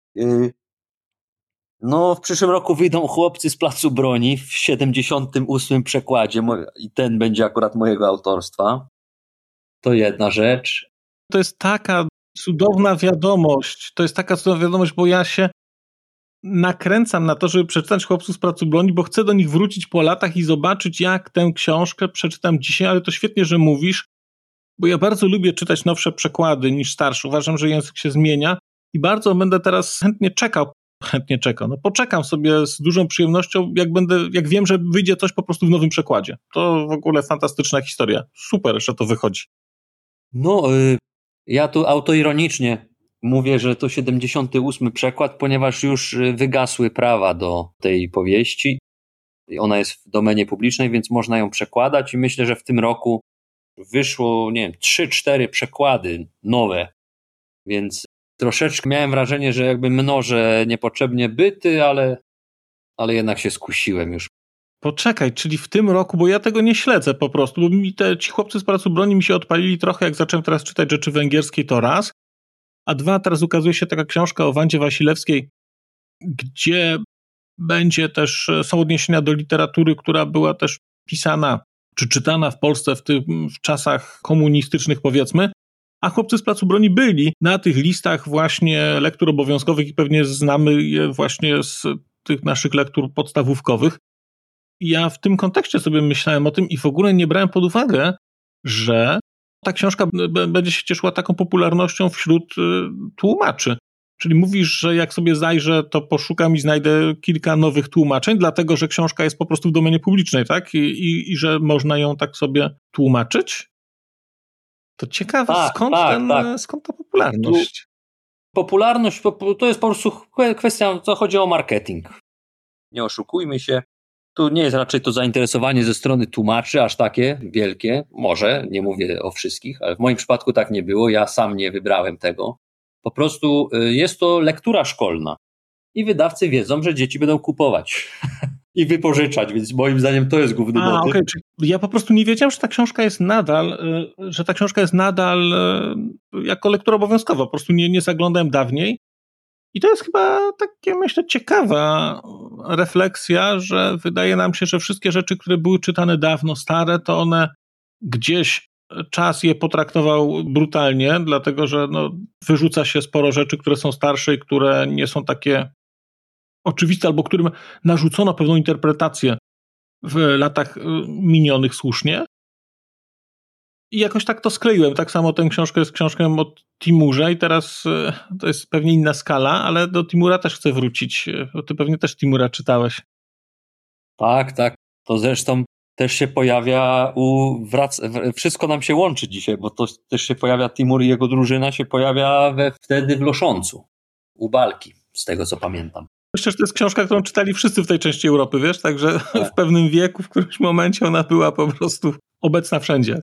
No, w przyszłym roku wyjdą Chłopcy z Placu Broni w 78. przekładzie i ten będzie akurat mojego autorstwa. To jedna rzecz. To jest taka cudowna wiadomość, bo ja się nakręcam na to, żeby przeczytać Chłopców z Placu Broni, bo chcę do nich wrócić po latach i zobaczyć, jak tę książkę przeczytam dzisiaj, ale to świetnie, że mówisz, bo ja bardzo lubię czytać nowsze przekłady niż starsze. Uważam, że język się zmienia i bardzo będę teraz chętnie czekał. No poczekam sobie z dużą przyjemnością, jak wiem, że wyjdzie coś po prostu w nowym przekładzie. To w ogóle fantastyczna historia. Super, że to wychodzi. No, ja tu autoironicznie mówię, że to 78. przekład, ponieważ już wygasły prawa do tej powieści. Ona jest w domenie publicznej, więc można ją przekładać i myślę, że w tym roku wyszło, 3-4 przekłady nowe, więc troszeczkę miałem wrażenie, że jakby mnożę niepotrzebnie byty, ale jednak się skusiłem już. Poczekaj, czyli w tym roku, bo ja tego nie śledzę po prostu, bo ci Chłopcy z Placu Broni mi się odpalili trochę, jak zacząłem teraz czytać rzeczy węgierskie, to raz, a dwa, teraz ukazuje się taka książka o Wandzie Wasilewskiej, gdzie są odniesienia do literatury, która była też pisana czy czytana w Polsce w czasach komunistycznych, powiedzmy, a Chłopcy z Placu Broni byli na tych listach właśnie lektur obowiązkowych i pewnie znamy je właśnie z tych naszych lektur podstawówkowych. I ja w tym kontekście sobie myślałem o tym i w ogóle nie brałem pod uwagę, że ta książka będzie się cieszyła taką popularnością wśród tłumaczy. Czyli mówisz, że jak sobie zajrzę, to poszukam i znajdę kilka nowych tłumaczeń, dlatego że książka jest po prostu w domenie publicznej, tak? I że można ją tak sobie tłumaczyć? To ciekawe, skąd ta popularność? Popularność to jest po prostu kwestia, co chodzi o marketing. Nie oszukujmy się. Tu nie jest raczej to zainteresowanie ze strony tłumaczy aż takie wielkie. Może, nie mówię o wszystkich, ale w moim przypadku tak nie było. Ja sam nie wybrałem tego. Po prostu jest to lektura szkolna. I wydawcy wiedzą, że dzieci będą kupować i wypożyczać, więc moim zdaniem to jest główny motyw. Okay. Ja po prostu nie wiedziałem, że ta książka jest nadal jako lektura obowiązkowa. Po prostu nie zaglądałem dawniej. I to jest chyba takie, myślę, ciekawa refleksja, że wydaje nam się, że wszystkie rzeczy, które były czytane dawno, stare, to one gdzieś czas je potraktował brutalnie, dlatego że wyrzuca się sporo rzeczy, które są starsze i które nie są takie oczywiste, albo którym narzucono pewną interpretację w latach minionych słusznie. I jakoś tak to skleiłem. Tak samo tę książkę jest książką o Timurze i teraz to jest pewnie inna skala, ale do Timura też chcę wrócić. Ty pewnie też Timura czytałeś. Tak. To zresztą też się pojawia wszystko nam się łączy dzisiaj, bo to też się pojawia Timur i jego drużyna się pojawia wtedy w Loszącu, u Balki, z tego co pamiętam. Myślę, że to jest książka, którą czytali wszyscy w tej części Europy, wiesz, także w pewnym wieku, w którymś momencie ona była po prostu obecna wszędzie.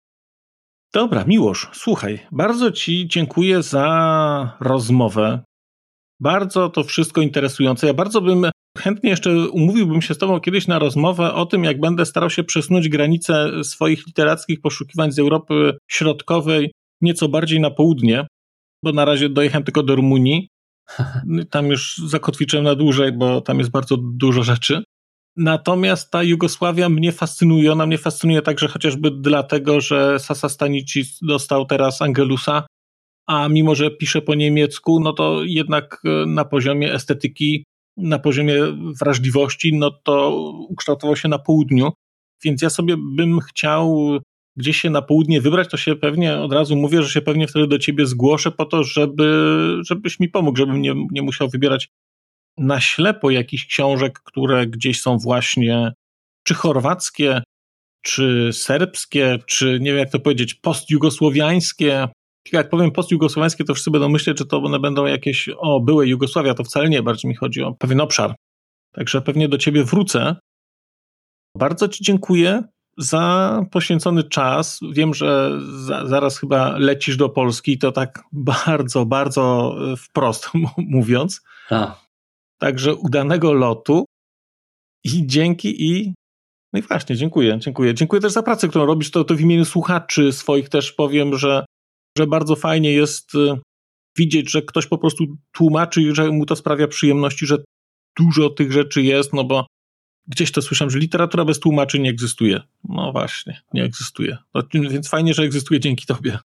Dobra, Miłosz, słuchaj, bardzo Ci dziękuję za rozmowę. Bardzo to wszystko interesujące. Ja bardzo bym chętnie jeszcze umówiłbym się z Tobą kiedyś na rozmowę o tym, jak będę starał się przesunąć granice swoich literackich poszukiwań z Europy Środkowej nieco bardziej na południe, bo na razie dojechałem tylko do Rumunii. Tam już zakotwiczyłem na dłużej, bo tam jest bardzo dużo rzeczy. Natomiast ta Jugosławia mnie fascynuje. Ona mnie fascynuje także chociażby dlatego, że Sasa Stanicis dostał teraz Angelusa, a mimo, że pisze po niemiecku, no to jednak na poziomie estetyki, na poziomie wrażliwości, no to ukształtował się na południu. Więc ja sobie bym chciał gdzieś się na południe wybrać, to się pewnie od razu mówię, że się pewnie wtedy do ciebie zgłoszę po to, żebyś mi pomógł, żebym nie musiał wybierać na ślepo jakichś książek, które gdzieś są właśnie czy chorwackie, czy serbskie, czy nie wiem jak to powiedzieć, postjugosłowiańskie. Jak powiem postjugosłowiańskie, to wszyscy będą myśleć, że to one będą jakieś, były Jugosławia, to wcale nie, bardziej mi chodzi o pewien obszar. Także pewnie do ciebie wrócę. Bardzo ci dziękuję za poświęcony czas. Wiem, że zaraz chyba lecisz do Polski, to tak bardzo, bardzo wprost mówiąc. Tak. Także udanego lotu i dzięki no i właśnie, dziękuję. Dziękuję też za pracę, którą robisz, to w imieniu słuchaczy swoich też powiem, że bardzo fajnie jest widzieć, że ktoś po prostu tłumaczy i że mu to sprawia przyjemności, że dużo tych rzeczy jest, no bo gdzieś to słyszałem, że literatura bez tłumaczy nie egzystuje. No właśnie, nie egzystuje. No, więc fajnie, że egzystuje dzięki tobie.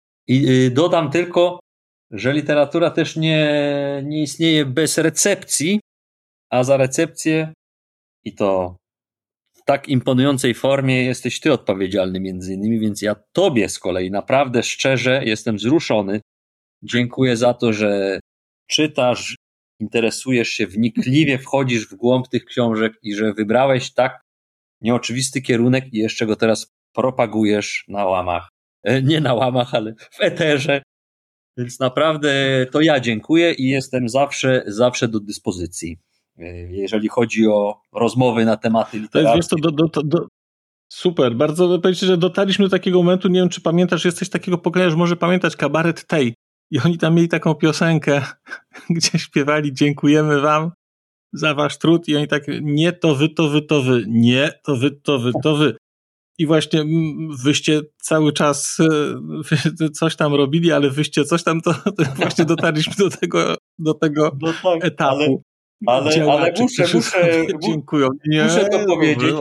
I dodam tylko, że literatura też nie istnieje bez recepcji, a za recepcję i to w tak imponującej formie jesteś ty odpowiedzialny między innymi, więc ja tobie z kolei naprawdę szczerze jestem wzruszony. Dziękuję za to, że czytasz, interesujesz się wnikliwie, wchodzisz w głąb tych książek i że wybrałeś tak nieoczywisty kierunek i jeszcze go teraz propagujesz na łamach. Nie na łamach, ale w eterze. Więc naprawdę to ja dziękuję i jestem zawsze do dyspozycji, jeżeli chodzi o rozmowy na tematy literackie. To jest, super, bardzo powiedzieć, że dotarliśmy do takiego momentu, nie wiem czy pamiętasz, jesteś takiego pokolenia, że może pamiętać Kabaret Tej i oni tam mieli taką piosenkę, gdzie śpiewali dziękujemy wam za wasz trud i oni tak nie to wy, nie to wy, to wy. I właśnie wyście cały czas coś tam robili, ale wyście coś tam, to właśnie dotarliśmy do tego etapu. Ale muszę to powiedzieć.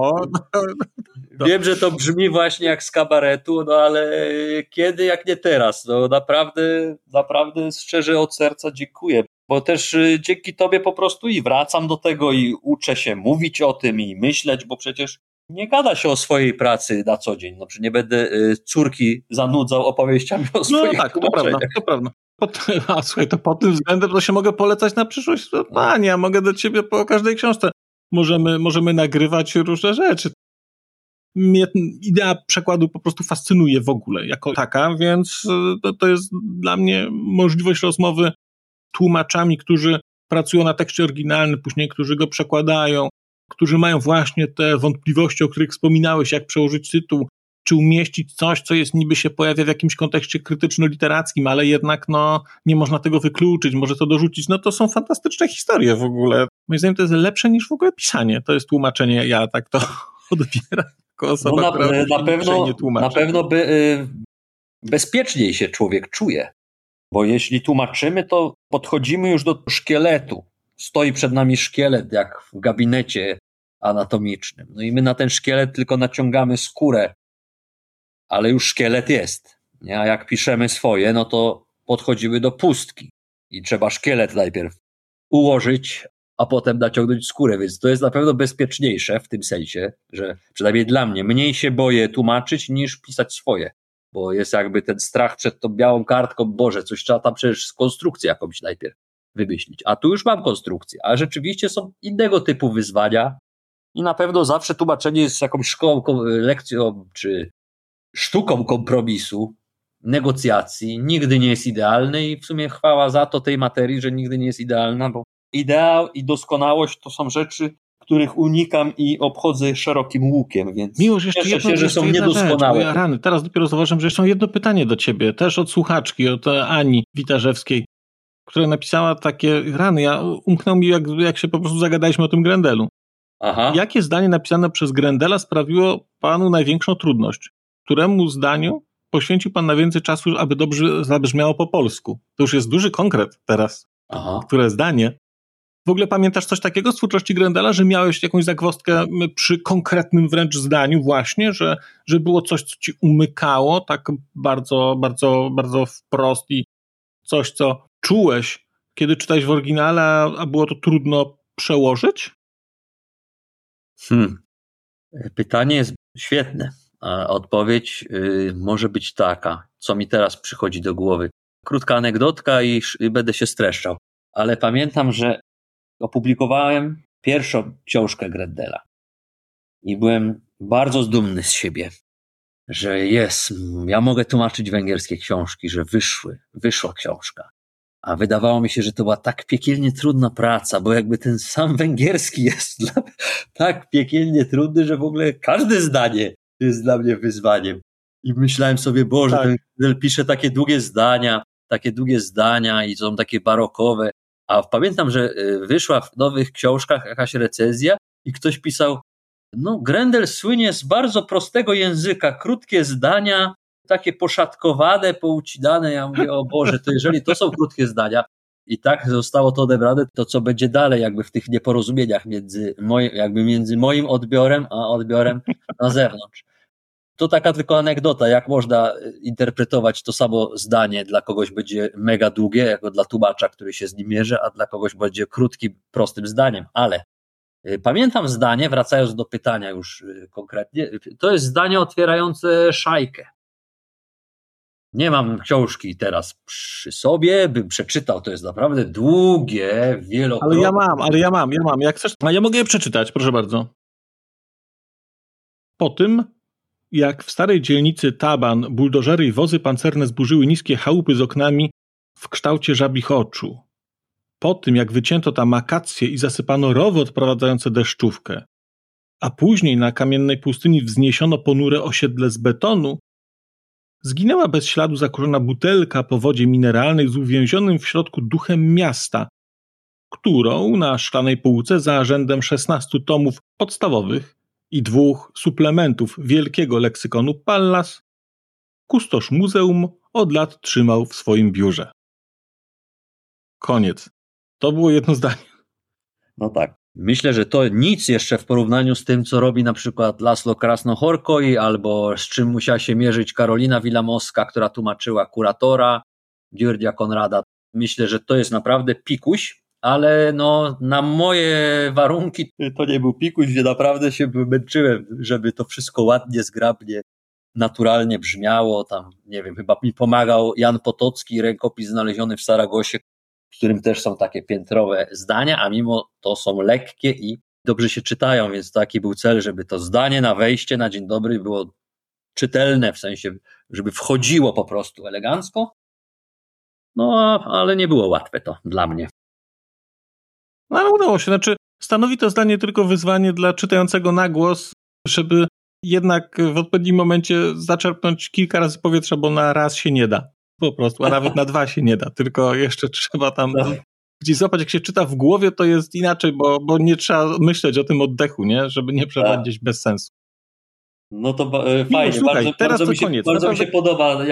Wiem, że to brzmi właśnie jak z kabaretu, no ale kiedy jak nie teraz? No naprawdę szczerze od serca dziękuję, bo też dzięki tobie po prostu i wracam do tego i uczę się mówić o tym i myśleć, bo przecież nie gada się o swojej pracy na co dzień. No przecież nie będę córki zanudzał opowieściami o swoich tłumaczeniach. To prawda. A słuchaj, to pod tym względem to się mogę polecać na przyszłość. Panie, ja mogę do ciebie po każdej książce. Możemy nagrywać różne rzeczy. Mnie idea przekładu po prostu fascynuje w ogóle jako taka, więc to jest dla mnie możliwość rozmowy z tłumaczami, którzy pracują na tekście oryginalnym, później którzy go przekładają, którzy mają właśnie te wątpliwości, o których wspominałeś, jak przełożyć tytuł, czy umieścić coś, co jest niby się pojawia w jakimś kontekście krytyczno-literackim, ale jednak nie można tego wykluczyć, może to dorzucić. No to są fantastyczne historie w ogóle. Moim zdaniem to jest lepsze niż w ogóle pisanie. To jest tłumaczenie, ja tak to odbieram jako osoba, która nie tłumaczy. Na pewno bezpieczniej się człowiek czuje, bo jeśli tłumaczymy, to podchodzimy już do szkieletu. Stoi przed nami szkielet, jak w gabinecie anatomicznym. No i my na ten szkielet tylko naciągamy skórę, ale już szkielet jest. Nie? A jak piszemy swoje, no to podchodzimy do pustki i trzeba szkielet najpierw ułożyć, a potem naciągnąć skórę, więc to jest na pewno bezpieczniejsze w tym sensie, że przynajmniej dla mnie mniej się boję tłumaczyć niż pisać swoje, bo jest jakby ten strach przed tą białą kartką, Boże, coś trzeba tam przecież konstrukcję jakąś najpierw wymyślić, a tu już mam konstrukcję, ale rzeczywiście są innego typu wyzwania i na pewno zawsze tłumaczenie jest jakąś szkołą, lekcją czy sztuką kompromisu, negocjacji, nigdy nie jest idealny i w sumie chwała za to tej materii, że nigdy nie jest idealna, bo ideał i doskonałość to są rzeczy, których unikam i obchodzę szerokim łukiem, więc Miłość, jeszcze cieszę jedno, się, że jeszcze są jedna niedoskonałe. Rzecz, rany, teraz dopiero zauważyłem, że jeszcze mam jedno pytanie do ciebie, też od słuchaczki, od Ani Witarzewskiej, która napisała takie, rany, umknął mi, jak się po prostu zagadaliśmy o tym Grendelu. Aha. Jakie zdanie napisane przez Grendela sprawiło panu największą trudność? Któremu zdaniu poświęcił pan najwięcej czasu, aby dobrze zabrzmiało po polsku? To już jest duży konkret teraz. Aha. Które zdanie? W ogóle pamiętasz coś takiego z twórczości Grendela, że miałeś jakąś zagwozdkę przy konkretnym wręcz zdaniu właśnie, że było coś, co ci umykało tak bardzo, bardzo, bardzo wprost i coś, co czułeś, kiedy czytałeś w oryginale, a było to trudno przełożyć? Pytanie jest świetne, a odpowiedź może być taka, co mi teraz przychodzi do głowy. Krótka anegdotka i będę się streszczał, ale pamiętam, że opublikowałem pierwszą książkę Grendela i byłem bardzo dumny z siebie, że ja mogę tłumaczyć węgierskie książki, że wyszła książka. A wydawało mi się, że to była tak piekielnie trudna praca, bo jakby ten sam węgierski jest tak piekielnie trudny, że w ogóle każde zdanie jest dla mnie wyzwaniem. I myślałem sobie, Boże, ten Grendel pisze takie długie zdania i są takie barokowe. A pamiętam, że wyszła w nowych książkach jakaś recenzja i ktoś pisał, Grendel słynie z bardzo prostego języka, krótkie zdania, takie poszatkowane, poucinane. Ja mówię, o Boże, to jeżeli to są krótkie zdania i tak zostało to odebrane, to co będzie dalej jakby w tych nieporozumieniach między moim odbiorem a odbiorem na zewnątrz. To taka tylko anegdota, jak można interpretować to samo zdanie. Dla kogoś będzie mega długie, jako dla tłumacza, który się z nim mierzy, a dla kogoś będzie krótkim, prostym zdaniem. Ale pamiętam zdanie, wracając do pytania już konkretnie, to jest zdanie otwierające Szajkę. Nie mam książki teraz przy sobie, bym przeczytał, to jest naprawdę długie, wielokrotnie. Ale ja mam, jak chcesz, a ja mogę je przeczytać, proszę bardzo. Po tym, jak w starej dzielnicy Taban buldożery i wozy pancerne zburzyły niskie chałupy z oknami w kształcie żabich oczu. Po tym, jak wycięto tam akacje i zasypano rowy odprowadzające deszczówkę, a później na kamiennej pustyni wzniesiono ponure osiedle z betonu, zginęła bez śladu zakurzona butelka po wodzie mineralnej z uwięzionym w środku duchem miasta, którą na szklanej półce za rzędem 16 tomów podstawowych i 2 suplementów wielkiego leksykonu Pallas kustosz muzeum od lat trzymał w swoim biurze. Koniec. To było jedno zdanie. No tak. Myślę, że to nic jeszcze w porównaniu z tym, co robi na przykład Laszlo Krasno-Horkoi albo z czym musiała się mierzyć Karolina Wilamowska, która tłumaczyła Kuratora, Györgya Konrada. Myślę, że to jest naprawdę pikuś, ale na moje warunki to nie był pikuś, gdzie naprawdę się męczyłem, żeby to wszystko ładnie, zgrabnie, naturalnie brzmiało. Tam, nie wiem, chyba mi pomagał Jan Potocki, rękopis znaleziony w Saragosie, w którym też są takie piętrowe zdania, a mimo to są lekkie i dobrze się czytają, więc taki był cel, żeby to zdanie na wejście, na dzień dobry było czytelne, w sensie, żeby wchodziło po prostu elegancko. Ale nie było łatwe to dla mnie. No ale udało się, stanowi to zdanie tylko wyzwanie dla czytającego na głos, żeby jednak w odpowiednim momencie zaczerpnąć kilka razy powietrza, bo na raz się nie da. Po prostu, a nawet na 2 się nie da, tylko jeszcze trzeba tam gdzieś złapać, jak się czyta w głowie, to jest inaczej, bo nie trzeba myśleć o tym oddechu, nie? Żeby nie przerwać gdzieś bez sensu. No to fajnie, słuchaj, teraz to koniec. Bardzo mi się podoba,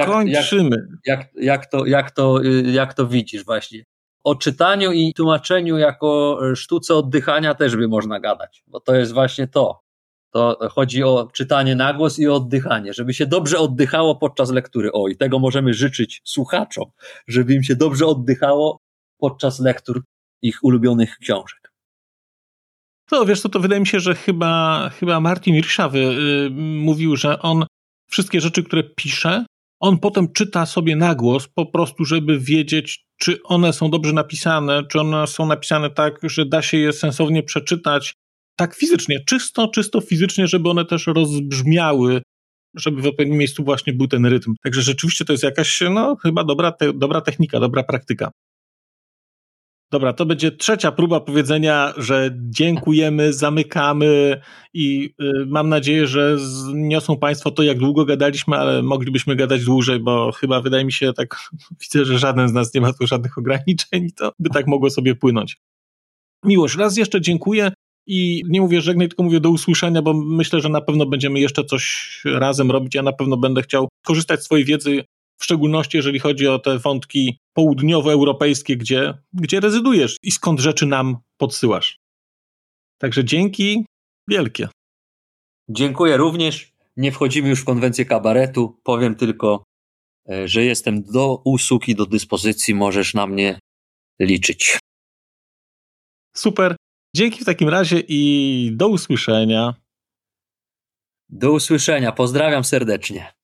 jak to widzisz właśnie. O czytaniu i tłumaczeniu jako sztuce oddychania też by można gadać, bo to jest właśnie to. To chodzi o czytanie na głos i o oddychanie, żeby się dobrze oddychało podczas lektury. I tego możemy życzyć słuchaczom, żeby im się dobrze oddychało podczas lektur ich ulubionych książek. To wiesz co, to wydaje mi się, że chyba Martin Irszawy mówił, że on wszystkie rzeczy, które pisze, on potem czyta sobie na głos po prostu, żeby wiedzieć, czy one są dobrze napisane, czy one są napisane tak, że da się je sensownie przeczytać, tak fizycznie, czysto fizycznie, żeby one też rozbrzmiały, żeby w odpowiednim miejscu właśnie był ten rytm. Także rzeczywiście to jest jakaś, chyba dobra technika, dobra praktyka. Dobra, to będzie trzecia próba powiedzenia, że dziękujemy, zamykamy i mam nadzieję, że zniosą Państwo to, jak długo gadaliśmy, ale moglibyśmy gadać dłużej, bo chyba wydaje mi się, tak widzę, że żaden z nas nie ma tu żadnych ograniczeń i to by tak mogło sobie płynąć. Miłosz, raz jeszcze dziękuję i nie mówię żegnaj, tylko mówię do usłyszenia, bo myślę, że na pewno będziemy jeszcze coś razem robić. Ja na pewno będę chciał korzystać z swojej wiedzy, w szczególności jeżeli chodzi o te wątki południowoeuropejskie, gdzie rezydujesz i skąd rzeczy nam podsyłasz. Także dzięki wielkie. Dziękuję również. Nie wchodzimy już w konwencję kabaretu. Powiem tylko, że jestem do usług i do dyspozycji. Możesz na mnie liczyć. Super. Dzięki w takim razie i do usłyszenia. Do usłyszenia. Pozdrawiam serdecznie.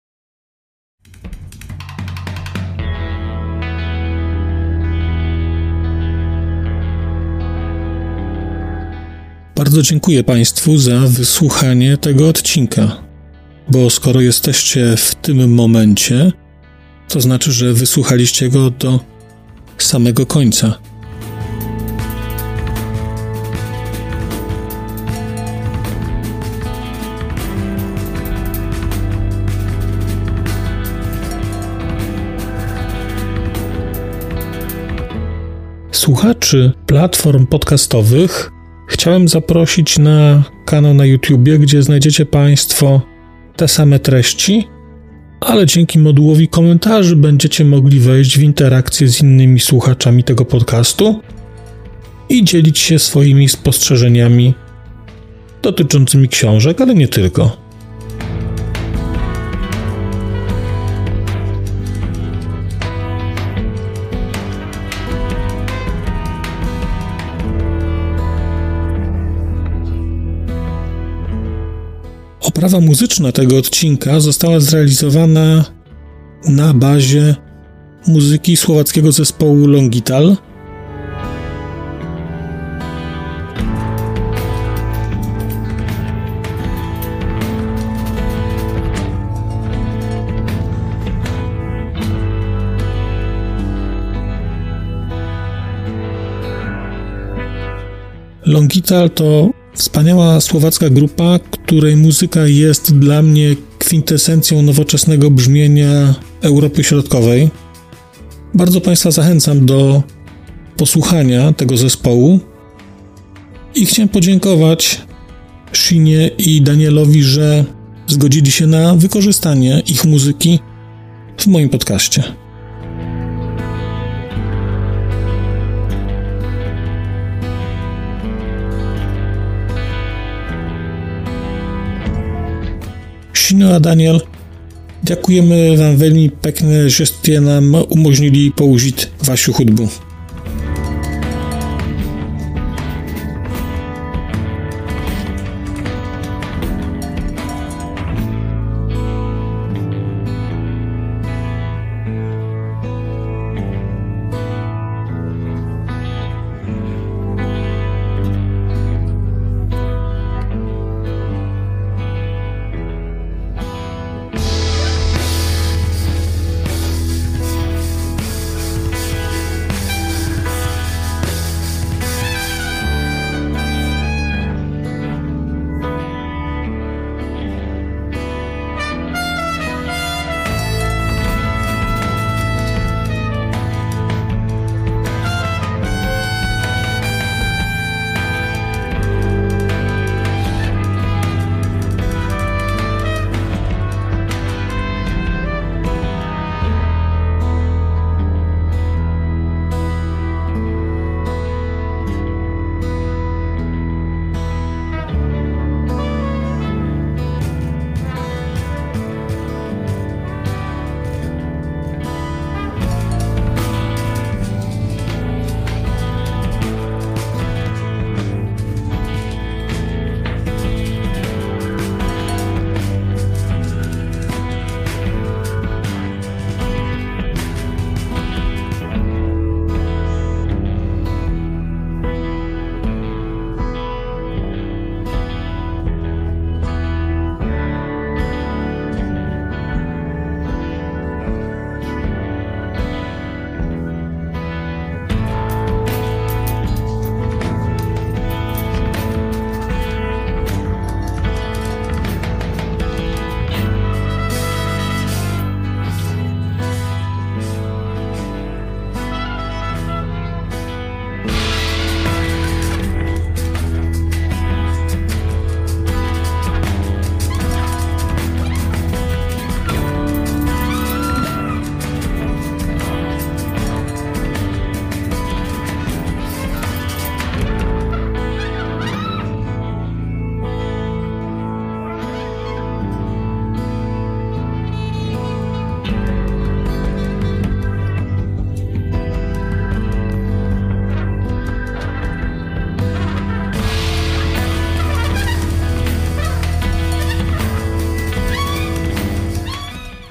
Bardzo dziękuję Państwu za wysłuchanie tego odcinka, bo skoro jesteście w tym momencie, to znaczy, że wysłuchaliście go do samego końca. Słuchaczy platform podcastowych chciałem zaprosić na kanał na YouTubie, gdzie znajdziecie Państwo te same treści, ale dzięki modułowi komentarzy będziecie mogli wejść w interakcję z innymi słuchaczami tego podcastu i dzielić się swoimi spostrzeżeniami dotyczącymi książek, ale nie tylko. Oprawa muzyczna tego odcinka została zrealizowana na bazie muzyki słowackiego zespołu Longital. Longital to wspaniała słowacka grupa, której muzyka jest dla mnie kwintesencją nowoczesnego brzmienia Europy Środkowej. Bardzo Państwa zachęcam do posłuchania tego zespołu i chciałem podziękować Shinie i Danielowi, że zgodzili się na wykorzystanie ich muzyki w moim podcaście. Sino a Daniel, ďakujeme vám veľmi pekne, že ste nám umožnili použiť vašu hudbu.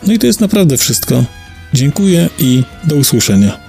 No i to jest naprawdę wszystko. Dziękuję i do usłyszenia.